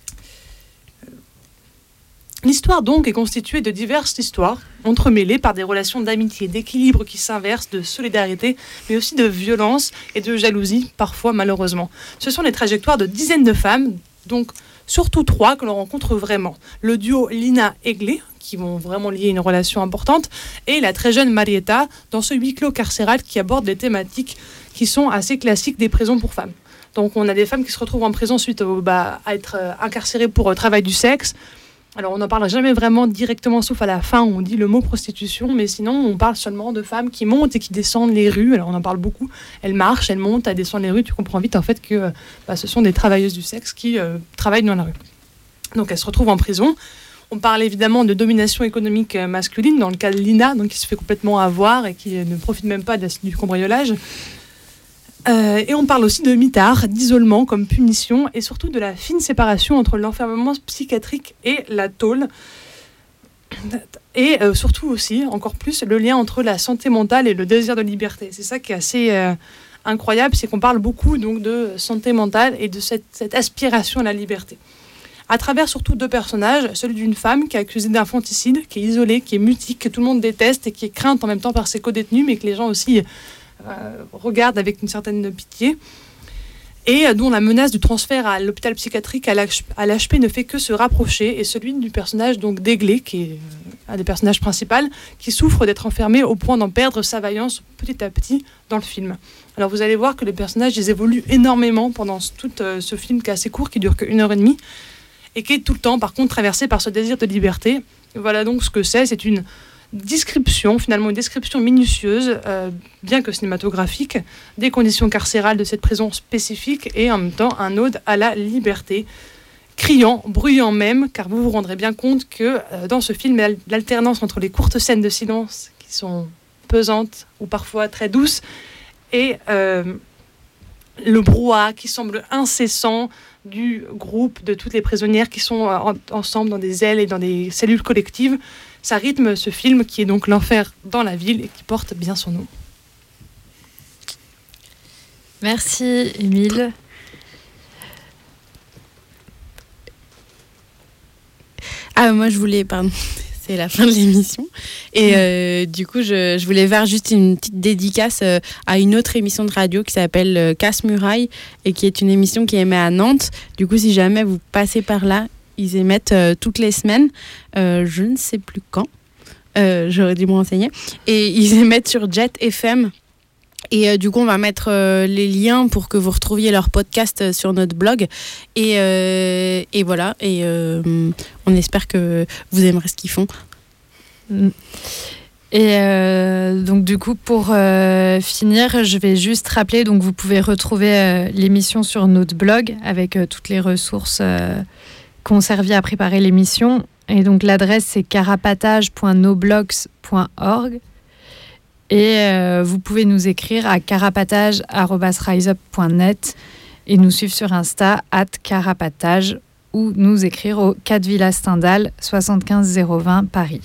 L'histoire donc est constituée de diverses histoires, entremêlées par des relations d'amitié, d'équilibre qui s'inversent, de solidarité, mais aussi de violence et de jalousie, parfois malheureusement. Ce sont les trajectoires de dizaines de femmes, donc surtout trois que l'on rencontre vraiment. Le duo Lina-Eglé, qui vont vraiment lier une relation importante, et la très jeune Marietta, dans ce huis clos carcéral qui aborde des thématiques qui sont assez classiques des prisons pour femmes. Donc on a des femmes qui se retrouvent en prison suite au, bah, à être euh, incarcérées pour euh, travail du sexe. Alors on n'en parle jamais vraiment directement, sauf à la fin où on dit le mot prostitution, mais sinon on parle seulement de femmes qui montent et qui descendent les rues. Alors on en parle beaucoup, elles marchent, elles montent, elles descendent les rues, tu comprends vite en fait que bah, ce sont des travailleuses du sexe qui euh, travaillent dans la rue. Donc elles se retrouvent en prison. On parle évidemment de domination économique masculine, dans le cas de Lina, donc qui se fait complètement avoir et qui ne profite même pas de la, du cambriolage. Euh, et on parle aussi de mitard, d'isolement comme punition, et surtout de la fine séparation entre l'enfermement psychiatrique et la tôle. Et euh, surtout aussi, encore plus, le lien entre la santé mentale et le désir de liberté. C'est ça qui est assez euh, incroyable, c'est qu'on parle beaucoup donc, de santé mentale et de cette, cette aspiration à la liberté. À travers surtout deux personnages, celui d'une femme qui est accusée d'infanticide, qui est isolée, qui est mutique, que tout le monde déteste et qui est crainte en même temps par ses co-détenus, mais que les gens aussi... Euh, regarde avec une certaine pitié, et dont la menace du transfert à l'hôpital psychiatrique à l'H P ne fait que se rapprocher, et celui du personnage donc d'Eglé, qui est un des personnages principaux, qui souffre d'être enfermé au point d'en perdre sa vaillance petit à petit dans le film. Alors vous allez voir que les personnages ils évoluent énormément pendant tout euh, ce film qui est assez court, qui dure qu'une heure et demie, et qui est tout le temps par contre traversé par ce désir de liberté. Et voilà donc ce que c'est, c'est une description, finalement une description minutieuse, euh, bien que cinématographique, des conditions carcérales de cette prison spécifique, et en même temps un ode à la liberté, criant, bruyant même, car vous vous rendrez bien compte que euh, dans ce film, l'alternance entre les courtes scènes de silence, qui sont pesantes ou parfois très douces, et euh, le brouhaha qui semble incessant du groupe, de toutes les prisonnières qui sont euh, en, ensemble dans des ailes et dans des cellules collectives, ça rythme ce film qui est donc L'Enfer dans la ville et qui porte bien son nom. Merci Émile. Ah, moi je voulais, pardon, c'est la fin de l'émission. Et euh, du coup, je, je voulais faire juste une petite dédicace euh, à une autre émission de radio qui s'appelle euh, Casse-Muraille, et qui est une émission qui émet à Nantes. Du coup, si jamais vous passez par là, ils émettent euh, toutes les semaines, euh, je ne sais plus quand, euh, j'aurais dû me renseigner, et ils émettent sur Jet F M. Et euh, du coup, on va mettre euh, les liens pour que vous retrouviez leur podcast euh, sur notre blog. Et, euh, et voilà, et euh, on espère que vous aimerez ce qu'ils font. Et euh, donc du coup, pour euh, finir, je vais juste rappeler, donc vous pouvez retrouver euh, l'émission sur notre blog avec euh, toutes les ressources euh, qui ont servi à préparer l'émission. Et donc l'adresse, c'est carapatage point noblogs point org. Et euh, vous pouvez nous écrire à carapatage arobase riseup point net et nous suivre sur Insta at carapatage, ou nous écrire au quatre Villa Stendhal, soixante-quinze zéro vingt Paris.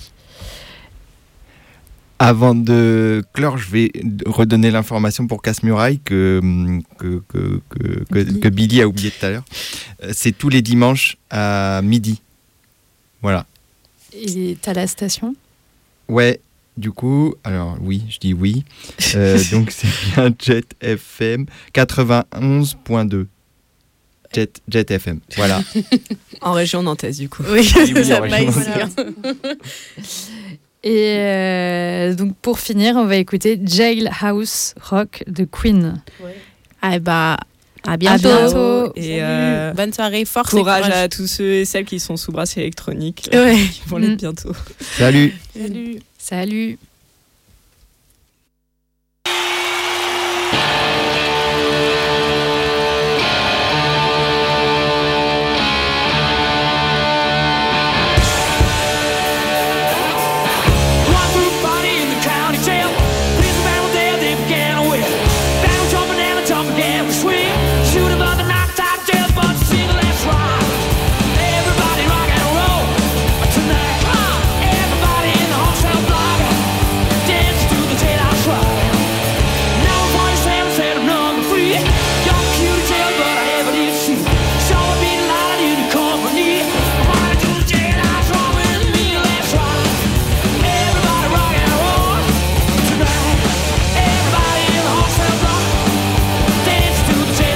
Avant de clore, je vais redonner l'information pour Casse-Muraille que, que, que, que, que, que Billy a oublié tout à l'heure. C'est tous les dimanches à midi. Voilà. Et t'as la station ? Ouais. Du coup, alors oui, je dis oui. Euh, donc c'est bien Jet F M quatre-vingt-onze point deux. Jet, Jet F M, voilà. En région nantaise, du coup. Oui, oui, oui ça en va ici. Et euh, donc pour finir, on va écouter Jailhouse Rock de Queen. Ouais. Ah bah, à bientôt. À bientôt. Et euh, bonne soirée, force courage, et courage à tous ceux et celles qui sont sous bracelet électronique, ouais. qui vont l'être bientôt. Salut. Salut. Salut. To the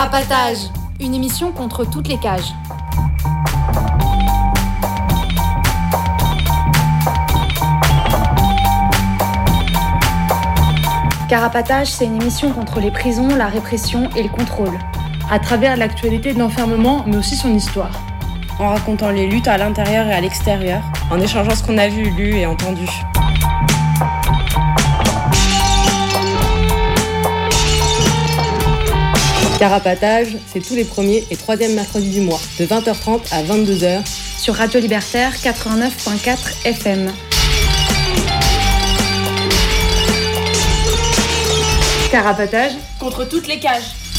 Carapatage, une émission contre toutes les cages. Carapatage, c'est une émission contre les prisons, la répression et le contrôle. À travers l'actualité de l'enfermement, mais aussi son histoire. En racontant les luttes à l'intérieur et à l'extérieur. En échangeant ce qu'on a vu, lu et entendu. Carapatage, c'est tous les premiers et troisièmes mercredis du mois, de vingt heures trente à vingt-deux heures, sur Radio Libertaire quatre-vingt-neuf virgule quatre F M. Carapatage contre toutes les cages.